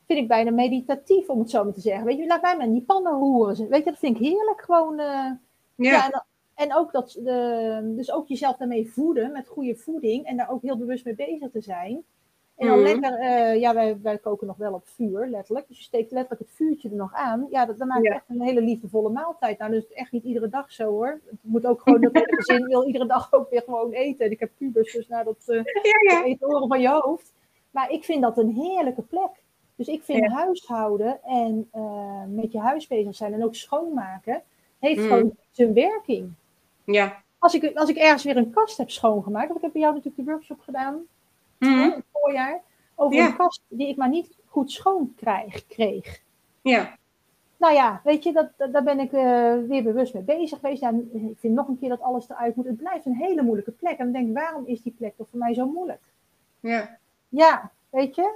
vind ik bijna meditatief, om het zo maar te zeggen. Weet je, laat mij maar in die pannen roeren. Weet je, dat vind ik heerlijk. Gewoon, en ook dus ook jezelf daarmee voeden, met goede voeding. En daar ook heel bewust mee bezig te zijn. En dan lekker, wij koken nog wel op vuur, letterlijk. Dus je steekt letterlijk het vuurtje er nog aan. Ja, dan maakt het echt een hele liefdevolle maaltijd. Nou, dat is echt niet iedere dag zo, hoor. Het moet ook gewoon, dat hele gezin wil iedere dag ook weer gewoon eten. En ik heb pubers, dus dat eten oren van je hoofd. Maar ik vind dat een heerlijke plek. Dus ik vind huishouden en met je huis bezig zijn en ook schoonmaken, heeft gewoon zijn werking. Ja. Als ik ergens weer een kast heb schoongemaakt, want ik heb bij jou natuurlijk de workshop gedaan, in het voorjaar, over een kast die ik maar niet goed schoon kreeg. Ja. Nou ja, weet je, daar ben ik weer bewust mee bezig geweest. Ja, ik vind nog een keer dat alles eruit moet. Het blijft een hele moeilijke plek. En dan denk ik, waarom is die plek toch voor mij zo moeilijk? Ja. Ja, weet je.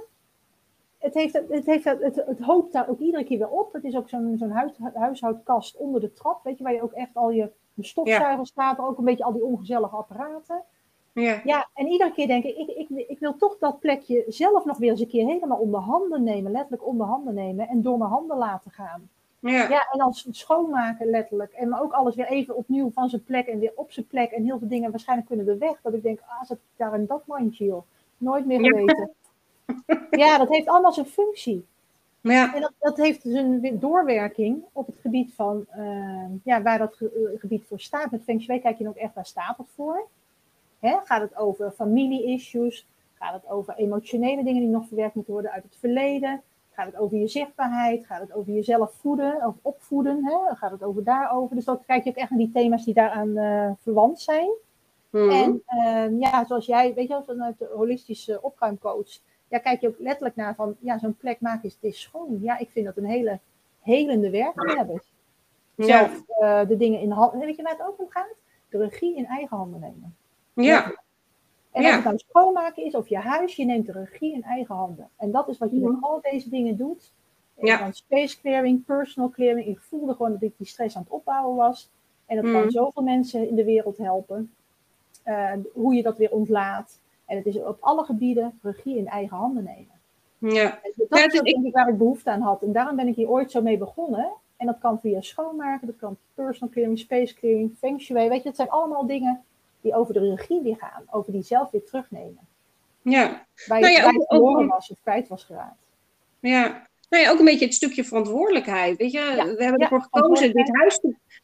Het hoopt daar ook iedere keer weer op. Het is ook zo'n huishoudkast onder de trap, weet je, waar je ook echt al je stofzuiger staat, ook een beetje al die ongezellige apparaten. Ja, en iedere keer denk ik wil toch dat plekje zelf nog weer eens een keer helemaal onder handen nemen, letterlijk onder handen nemen en door mijn handen laten gaan. Ja, en dan schoonmaken letterlijk. En maar ook alles weer even opnieuw van zijn plek en weer op zijn plek. En heel veel dingen waarschijnlijk kunnen er weg. Dat ik denk, zat daar in dat mandje, joh. Nooit meer geweten. Ja, dat heeft allemaal zijn functie. Ja. En dat heeft zijn doorwerking op het gebied van, waar dat gebied voor staat. Met Feng Shui kijk je ook echt, waar staat het voor? Gaat het over familie-issues? Gaat het over emotionele dingen die nog verwerkt moeten worden uit het verleden? Gaat het over je zichtbaarheid? Gaat het over jezelf voeden of opvoeden? Gaat het daarover? Dus dan kijk je ook echt naar die thema's die daaraan verwant zijn. En zoals jij, weet je wel, vanuit de holistische opruimcoach, kijk je ook letterlijk naar van, zo'n plek maken is schoon. Ja, ik vind dat een hele helende werking hebben. Zelf de dingen in handen. Weet je waar het ook om gaat? De regie in eigen handen nemen. Ja. En of het nou schoonmaken is of je huis, je neemt de regie in eigen handen. En dat is wat je met al deze dingen doet. Van space clearing, personal clearing. Ik voelde gewoon dat ik die stress aan het opbouwen was. En dat kan zoveel mensen in de wereld helpen. Hoe je dat weer ontlaat. En het is op alle gebieden regie in eigen handen nemen. Ja. Dat is denk ik waar ik behoefte aan had. En daarom ben ik hier ooit zo mee begonnen. En dat kan via schoonmaken, dat kan personal clearing, space clearing, Feng Shui. Weet je, het zijn allemaal dingen die over de regie weer gaan. Over die zelf weer terugnemen. Ja. Waar je verloren was of kwijt was geraakt. Ja. Nou ja, ook een beetje het stukje verantwoordelijkheid. Weet je, we hebben ervoor gekozen dit huis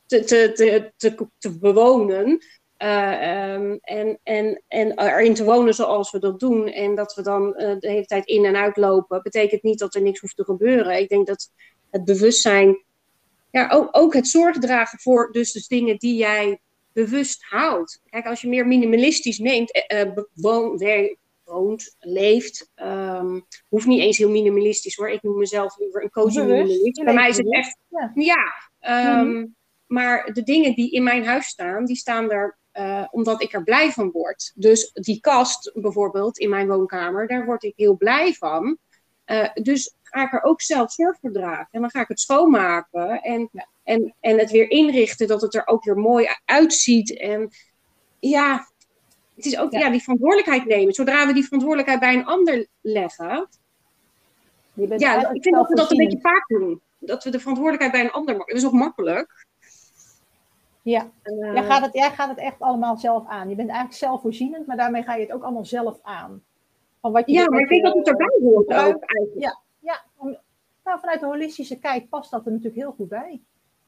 te bewonen. En erin te wonen zoals we dat doen. En dat we dan de hele tijd in en uitlopen. Betekent niet dat er niks hoeft te gebeuren. Ik denk dat het bewustzijn, ook het zorg dragen voor dus dingen die jij bewust houdt. Kijk, als je meer minimalistisch neemt, woont, leeft, hoeft niet eens heel minimalistisch hoor. Ik noem mezelf liever een cozy minimalist. Bij mij is het echt, maar de dingen die in mijn huis staan, die staan er omdat ik er blij van word. Dus die kast bijvoorbeeld in mijn woonkamer, daar word ik heel blij van. Dus ga ik er ook zelf zorg voor dragen. En dan ga ik het schoonmaken en het weer inrichten, dat het er ook weer mooi uitziet. En het is ook die verantwoordelijkheid nemen. Zodra we die verantwoordelijkheid bij een ander leggen. Ik vind dat we dat een beetje vaak doen. Dat we de verantwoordelijkheid bij een ander maken. Dat is ook makkelijk. Ja, jij gaat het echt allemaal zelf aan. Je bent eigenlijk zelfvoorzienend, maar daarmee ga je het ook allemaal zelf aan. Van wat je maar ik denk dat het erbij hoort ook eigenlijk. Vanuit de holistische kijk past dat er natuurlijk heel goed bij.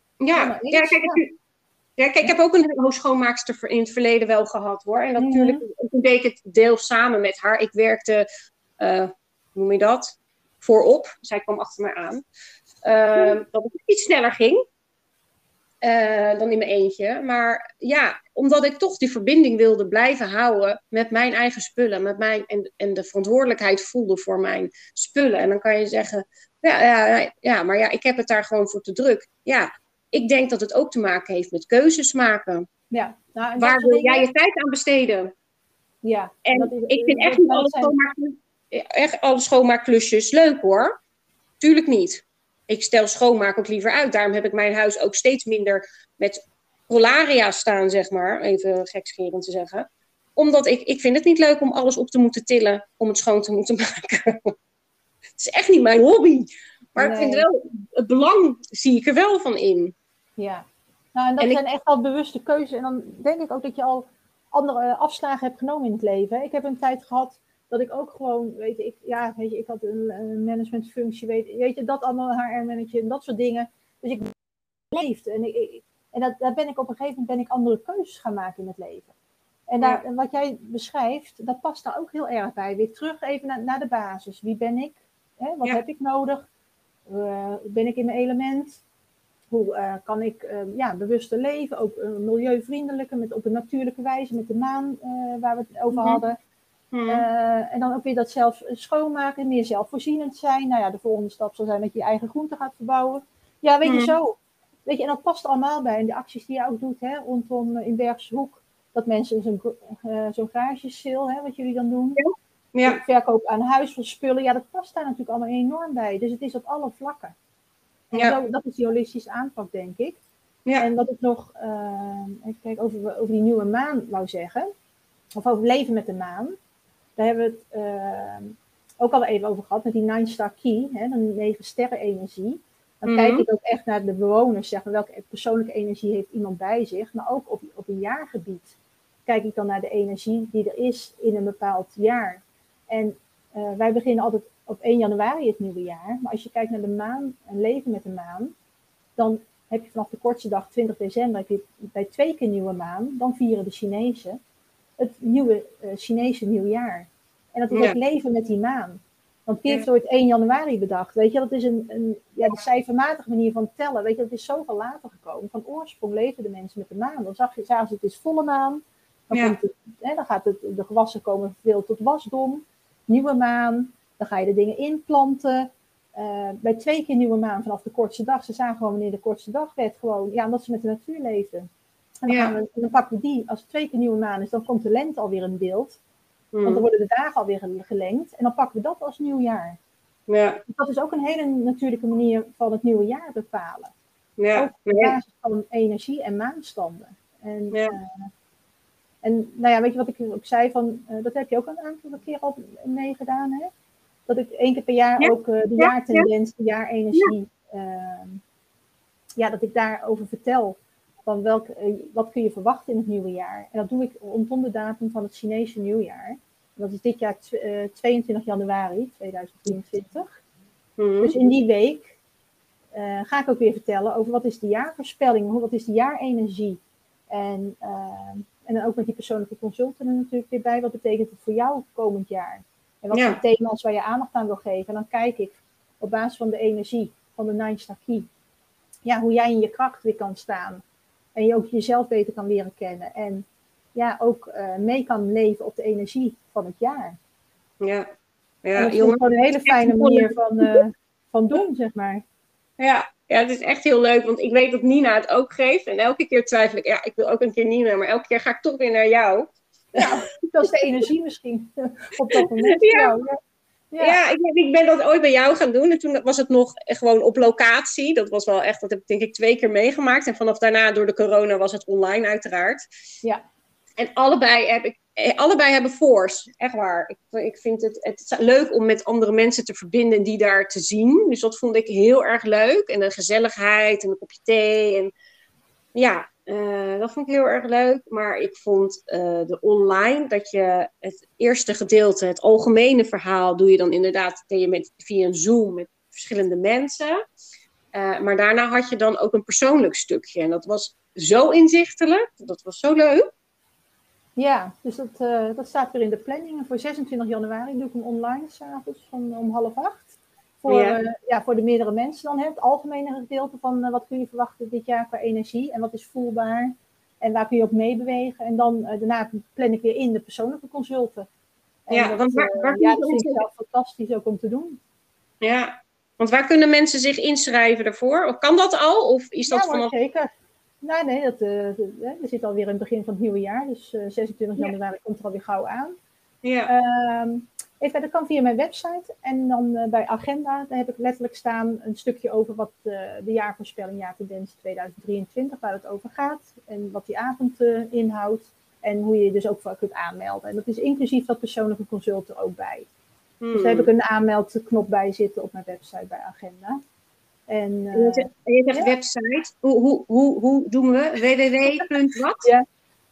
Kijk, ik heb ook een schoonmaakster in het verleden wel gehad hoor. En natuurlijk, toen deed ik het deels samen met haar. Ik werkte, hoe noem je dat? Voorop. Zij kwam achter mij aan. Dat het iets sneller ging. Dan in mijn eentje. Maar omdat ik toch die verbinding wilde blijven houden met mijn eigen spullen. Met en de verantwoordelijkheid voelde voor mijn spullen. En dan kan je zeggen, maar ik heb het daar gewoon voor te druk. Ja, ik denk dat het ook te maken heeft met keuzes maken. Ja. Nou, waar wil jij je tijd aan besteden? Ja. En ik vind echt niet alle schoonmaakklusjes leuk hoor. Tuurlijk niet. Ik stel schoonmaak ook liever uit. Daarom heb ik mijn huis ook steeds minder met Rolaria staan, zeg maar. Even gekscherend te zeggen. Omdat ik vind het niet leuk om alles op te moeten tillen om het schoon te moeten maken. is echt niet mijn hobby. Maar ik vind Nee. wel, het belang zie ik er wel van in. Ja. Nou, en dat zijn echt al bewuste keuzes. En dan denk ik ook dat je al andere afslagen hebt genomen in het leven. Ik heb een tijd gehad dat ik ook gewoon, weet je, ik had een managementfunctie, weet je, dat allemaal HR-manager en dat soort dingen. Dus ik leefde. En daar ben ik op een gegeven moment andere keuzes gaan maken in het leven. En wat jij beschrijft, dat past daar ook heel erg bij. Weer terug even naar de basis. Wie ben ik? Wat heb ik nodig? Ben ik in mijn element? Hoe kan ik bewuster leven? Ook milieuvriendelijker, op een natuurlijke wijze, met de maan waar we het over hadden. En dan ook weer dat zelf schoonmaken, meer zelfvoorzienend zijn. Nou ja, de volgende stap zal zijn dat je je eigen groente gaat verbouwen. Ja, weet je, zo. Weet je, en dat past allemaal bij. En de acties die je ook doet, rondom in Bergse Hoek, dat mensen zo'n garage-sale, wat jullie dan doen. Ja. Verkoop aan huis van spullen, ja, dat past daar natuurlijk allemaal enorm bij. Dus het is op alle vlakken. En zo, dat is die holistische aanpak, denk ik. Ja. En wat ik nog, even kijken, over die nieuwe maan wou zeggen, of over leven met de maan. Daar hebben we het ook al even over gehad, met die 9-star key, de 9 sterren energie. Dan kijk ik ook echt naar de bewoners, zeg maar, welke persoonlijke energie heeft iemand bij zich. Maar ook op een jaargebied kijk ik dan naar de energie die er is in een bepaald jaar. En wij beginnen altijd op 1 januari het nieuwe jaar. Maar als je kijkt naar de maan en leven met de maan, dan heb je vanaf de kortste dag, 20 december, heb je bij 2 keer nieuwe maan. Dan vieren de Chinezen het nieuwe Chinese nieuwjaar. En dat is ook leven met die maan. Want wie heeft ooit 1 januari bedacht? Weet je, dat is de cijfermatige manier van tellen. Weet je, dat is zoveel later gekomen. Van oorsprong leven de mensen met de maan. Dan zagen ze het is volle maan. Dan, dan gaat de gewassen komen veel tot wasdom. Nieuwe maan. Dan ga je de dingen inplanten. Bij 2 keer nieuwe maan vanaf de kortste dag. Ze zagen gewoon wanneer de kortste dag werd. Gewoon, omdat ze met de natuur leefden. En dan pakken we die. Als het 2 keer nieuwe maan is, dan komt de lente alweer in beeld. Want dan worden de dagen alweer gelengd. En dan pakken we dat als nieuwjaar. Ja. Dus dat is ook een hele natuurlijke manier van het nieuwe jaar bepalen. Ja. Ook op basis van energie en maanstanden. En nou ja, weet je wat ik ook zei? Dat heb je ook een aantal keer al meegedaan. Hè? Dat ik 1 keer per jaar ook de jaartendens, de jaarenergie, dat ik daarover vertel. Van wat kun je verwachten in het nieuwe jaar? En dat doe ik rondom de datum van het Chinese nieuwjaar. Dat is dit jaar 22 januari 2023. Dus in die week ga ik ook weer vertellen over wat is de jaarvoorspelling, wat is de jaarenergie. En dan ook met die persoonlijke consulten er natuurlijk weer bij. Wat betekent het voor jou komend jaar? En wat zijn thema's waar je aandacht aan wil geven? En dan kijk ik op basis van de energie van de 9-star key. Ja, hoe jij in je kracht weer kan staan. En je ook jezelf beter kan leren kennen. En ook mee kan leven op de energie van het jaar. Ja, en dat is gewoon een hele fijne manier van doen, zeg maar. Ja, het is echt heel leuk. Want ik weet dat Nina het ook geeft. En elke keer twijfel ik, ik wil ook een keer Nina. Maar elke keer ga ik toch weer naar jou. Ja, dat is de energie misschien. Op dat moment. Ik ben dat ooit bij jou gaan doen. En toen was het nog gewoon op locatie. Dat was wel echt, dat heb ik denk ik 2 keer meegemaakt. En vanaf daarna, door de corona, was het online uiteraard. Ja. En allebei hebben force. Echt waar. Ik vind het leuk om met andere mensen te verbinden en die daar te zien. Dus dat vond ik heel erg leuk. En de gezelligheid en een kopje thee. En dat vond ik heel erg leuk. Maar ik vond de online, dat je het eerste gedeelte, het algemene verhaal, doe je dan inderdaad via een Zoom met verschillende mensen. Maar daarna had je dan ook een persoonlijk stukje. En dat was zo inzichtelijk. Dat was zo leuk. Ja, dus dat staat weer in de planning. En voor 26 januari doe ik hem online, 's avonds om 7:30. Voor de meerdere mensen dan. Het algemene gedeelte van wat kun je verwachten dit jaar qua energie. En wat is voelbaar. En waar kun je op meebewegen. En dan daarna plan ik weer in de persoonlijke consulten. En dat vind ik zelf fantastisch ook om te doen. Ja, want waar kunnen mensen zich inschrijven daarvoor? Of kan dat al? Of is dat vanaf... zeker. Nee, we zitten alweer in het begin van het nieuwe jaar. Dus 26 januari komt er alweer gauw aan. Ja. Dat kan via mijn website. En dan bij agenda, daar heb ik letterlijk staan een stukje over wat de jaarvoorspelling, jaartendens 2023, waar het over gaat. En wat die avond inhoudt. En hoe je je dus ook voor kunt aanmelden. En dat is inclusief dat persoonlijke consult er ook bij. Dus daar heb ik een aanmeldknop bij zitten op mijn website bij Agenda. En je zegt website. Hoe doen we? www.wat? Ja,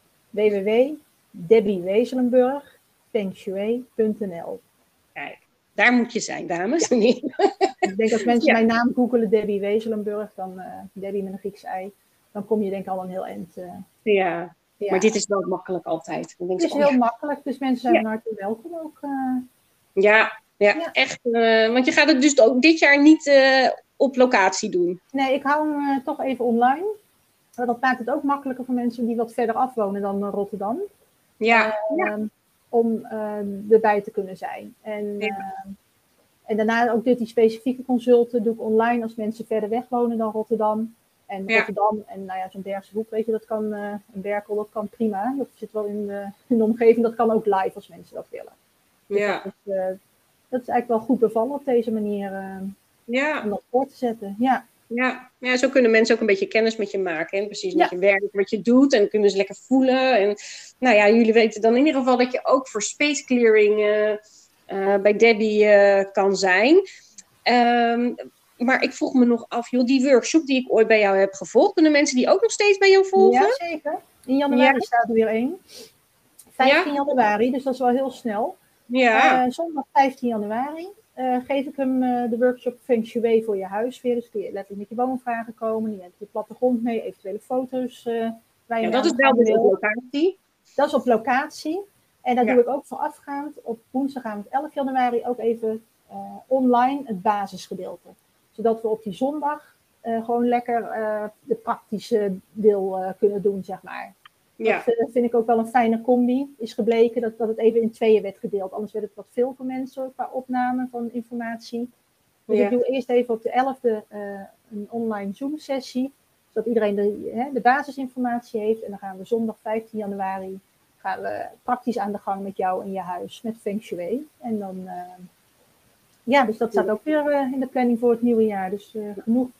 www.debbiewezelenburg.fengshui.nl. Kijk, daar moet je zijn, dames en heren. Ik denk als mensen mijn naam googelen, Debbie Wezelenburg, dan Debbie met een Griekse ei, dan kom je denk ik al een heel eind. Ja, maar dit is wel makkelijk altijd. Dan denk het is heel makkelijk, dus mensen zijn van harte welkom ook. Ja, echt. Want je gaat het dus ook dit jaar niet op locatie doen. Nee, ik hou hem toch even online. Dat maakt het ook makkelijker voor mensen die wat verder af wonen dan Rotterdam. Om erbij te kunnen zijn. En daarna ook die specifieke consulten doe ik online als mensen verder weg wonen dan Rotterdam. En Rotterdam en zo'n Bergse Hoek, weet je, dat kan, een Berkel, dat kan prima. Dat zit wel in de omgeving, dat kan ook live als mensen dat willen. Dus dat is eigenlijk wel goed bevallen op deze manier om dat voor te zetten. Ja, zo kunnen mensen ook een beetje kennis met je maken. Hè? Precies met je werk, wat je doet. En kunnen ze lekker voelen. En jullie weten dan in ieder geval dat je ook voor space clearing bij Debbie kan zijn. Maar ik vroeg me nog af, joh, die workshop die ik ooit bij jou heb gevolgd, kunnen mensen die ook nog steeds bij jou volgen? Ja, zeker. In januari staat er weer één. 15 januari, dus dat is wel heel snel. Ja. Zondag 15 januari geef ik hem de workshop Feng Shui voor je huis weer. Dus kun je letterlijk met je woonvragen komen. Je hebt je plattegrond mee, eventuele foto's. Dat is wel dus op locatie. Dat is op locatie. En dat doe ik ook voorafgaand op woensdagavond 11 januari ook even online het basisgedeelte. Zodat we op die zondag gewoon lekker de praktische deel kunnen doen, zeg maar. Dat vind ik ook wel een fijne combi. Is gebleken dat het even in tweeën werd gedeeld. Anders werd het wat veel voor mensen qua opname van informatie. Dus ik doe eerst even op de 11e een online Zoom-sessie. Zodat iedereen de basisinformatie heeft. En dan gaan we zondag 15 januari gaan we praktisch aan de gang met jou in je huis. Met Feng Shui. En dan... dus dat staat ook weer in de planning voor het nieuwe jaar. Dus genoeg...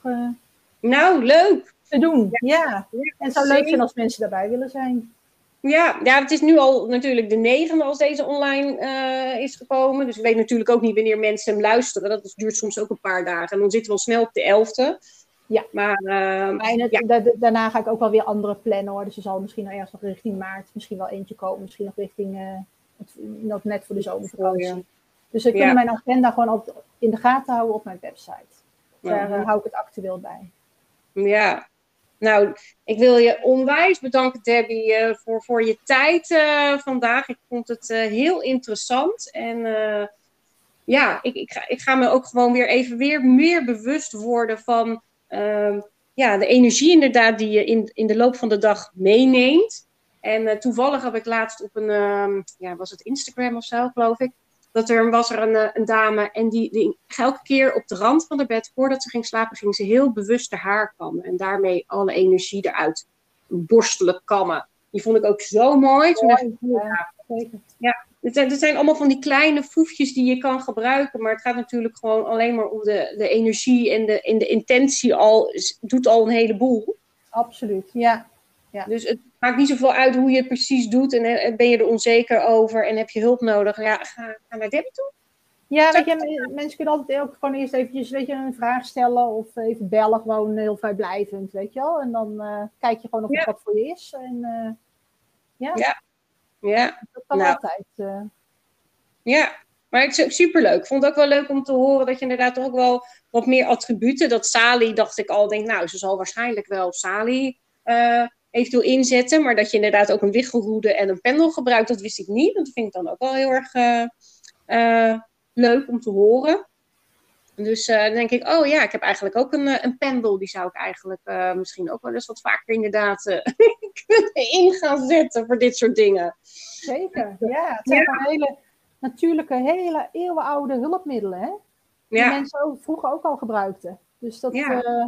leuk! Te doen, En het zou leuk zijn als mensen daarbij willen zijn. Ja, het is nu al natuurlijk de 9e als deze online is gekomen. Dus ik weet natuurlijk ook niet wanneer mensen hem luisteren. Dat duurt soms ook een paar dagen. En dan zitten we al snel op de 11e. Ja. Maar daarna ga ik ook wel weer andere plannen hoor. Dus er zal misschien ergens nog richting maart misschien wel eentje komen. Misschien nog richting nog net voor de zomervakantie. Dus we kunnen mijn agenda gewoon altijd in de gaten houden op mijn website. Daar hou ik het actueel bij. Ja, nou, ik wil je onwijs bedanken, Debbie, voor je tijd vandaag. Ik vond het heel interessant. En ik ga me ook gewoon weer meer bewust worden van de energie inderdaad die je in de loop van de dag meeneemt. En toevallig heb ik laatst op een, was het Instagram of zo, geloof ik. Was er een dame en die elke keer op de rand van haar bed, voordat ze ging slapen, ging ze heel bewust haar haar kammen. En daarmee alle energie eruit borstelen, kammen. Die vond ik ook zo mooi. Het zijn allemaal van die kleine foefjes die je kan gebruiken. Maar het gaat natuurlijk gewoon alleen maar om de energie en de intentie doet al een heleboel. Absoluut, ja. Dus het maakt niet zoveel uit hoe je het precies doet. En ben je er onzeker over en heb je hulp nodig. Ja, ga naar Debbie toe. Ja, weet je, mensen kunnen altijd ook gewoon eerst eventjes een vraag stellen. Of even bellen, gewoon heel vrijblijvend, weet je wel. En dan kijk je gewoon of het wat voor je is. En dat kan altijd. Ja, maar het is ook superleuk. Ik vond het ook wel leuk om te horen dat je inderdaad ook wel wat meer attributen. Dat Sali, dacht ik al, ze zal waarschijnlijk wel Sali eventueel inzetten. Maar dat je inderdaad ook een wichelroede en een pendel gebruikt, dat wist ik niet. Dat vind ik dan ook wel heel erg leuk om te horen. Dus dan denk ik, ik heb eigenlijk ook een pendel. Die zou ik eigenlijk misschien ook wel eens wat vaker inderdaad kunnen in gaan zetten voor dit soort dingen. Zeker, ja. Het zijn gewoon hele natuurlijke, hele eeuwenoude hulpmiddelen, hè? Die mensen vroeger ook al gebruikten. Dus dat,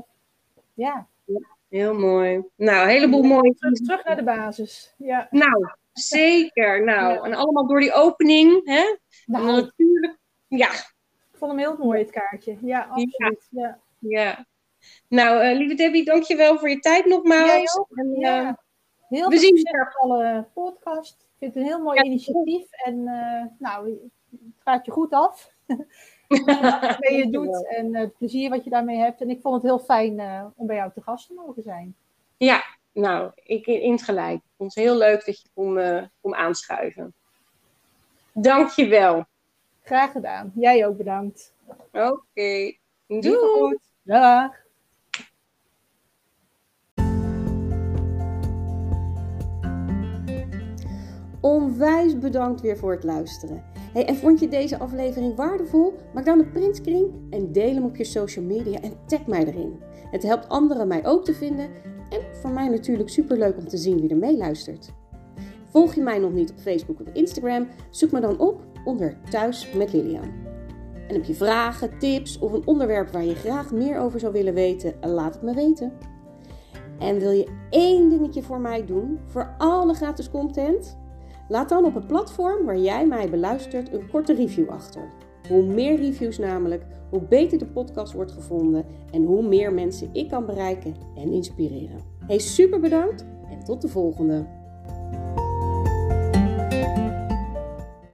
heel mooi. Nou, een heleboel mooie... Terug naar de basis, ja. Nou, zeker. En allemaal door die opening, hè? En dan natuurlijk, Ik vond hem heel mooi, het kaartje. Ja, absoluut. Ja. Nou, lieve Debbie, dankjewel voor je tijd nogmaals. Jij ook. En, heel veel succes met alle podcast. Ik vind het een heel mooi initiatief. En gaat je goed af. Wat je doet en het plezier wat je daarmee hebt. En ik vond het heel fijn om bij jou te gast te mogen zijn. Ja, nou, ik in het gelijk. Ik vond het heel leuk dat je kon aanschuiven. Dank je wel. Graag gedaan. Jij ook bedankt. Oké. Doei. Goed. Dag. Onwijs bedankt weer voor het luisteren. Hey, en vond je deze aflevering waardevol? Maak dan een printscreen en deel hem op je social media en tag mij erin. Het helpt anderen mij ook te vinden en voor mij natuurlijk superleuk om te zien wie er meeluistert. Volg je mij nog niet op Facebook of Instagram? Zoek me dan op onder Thuis met Lilian. En heb je vragen, tips of een onderwerp waar je graag meer over zou willen weten? Laat het me weten. En wil je 1 dingetje voor mij doen, voor alle gratis content? Laat dan op het platform waar jij mij beluistert een korte review achter. Hoe meer reviews namelijk, hoe beter de podcast wordt gevonden en hoe meer mensen ik kan bereiken en inspireren. Hey, super bedankt en tot de volgende!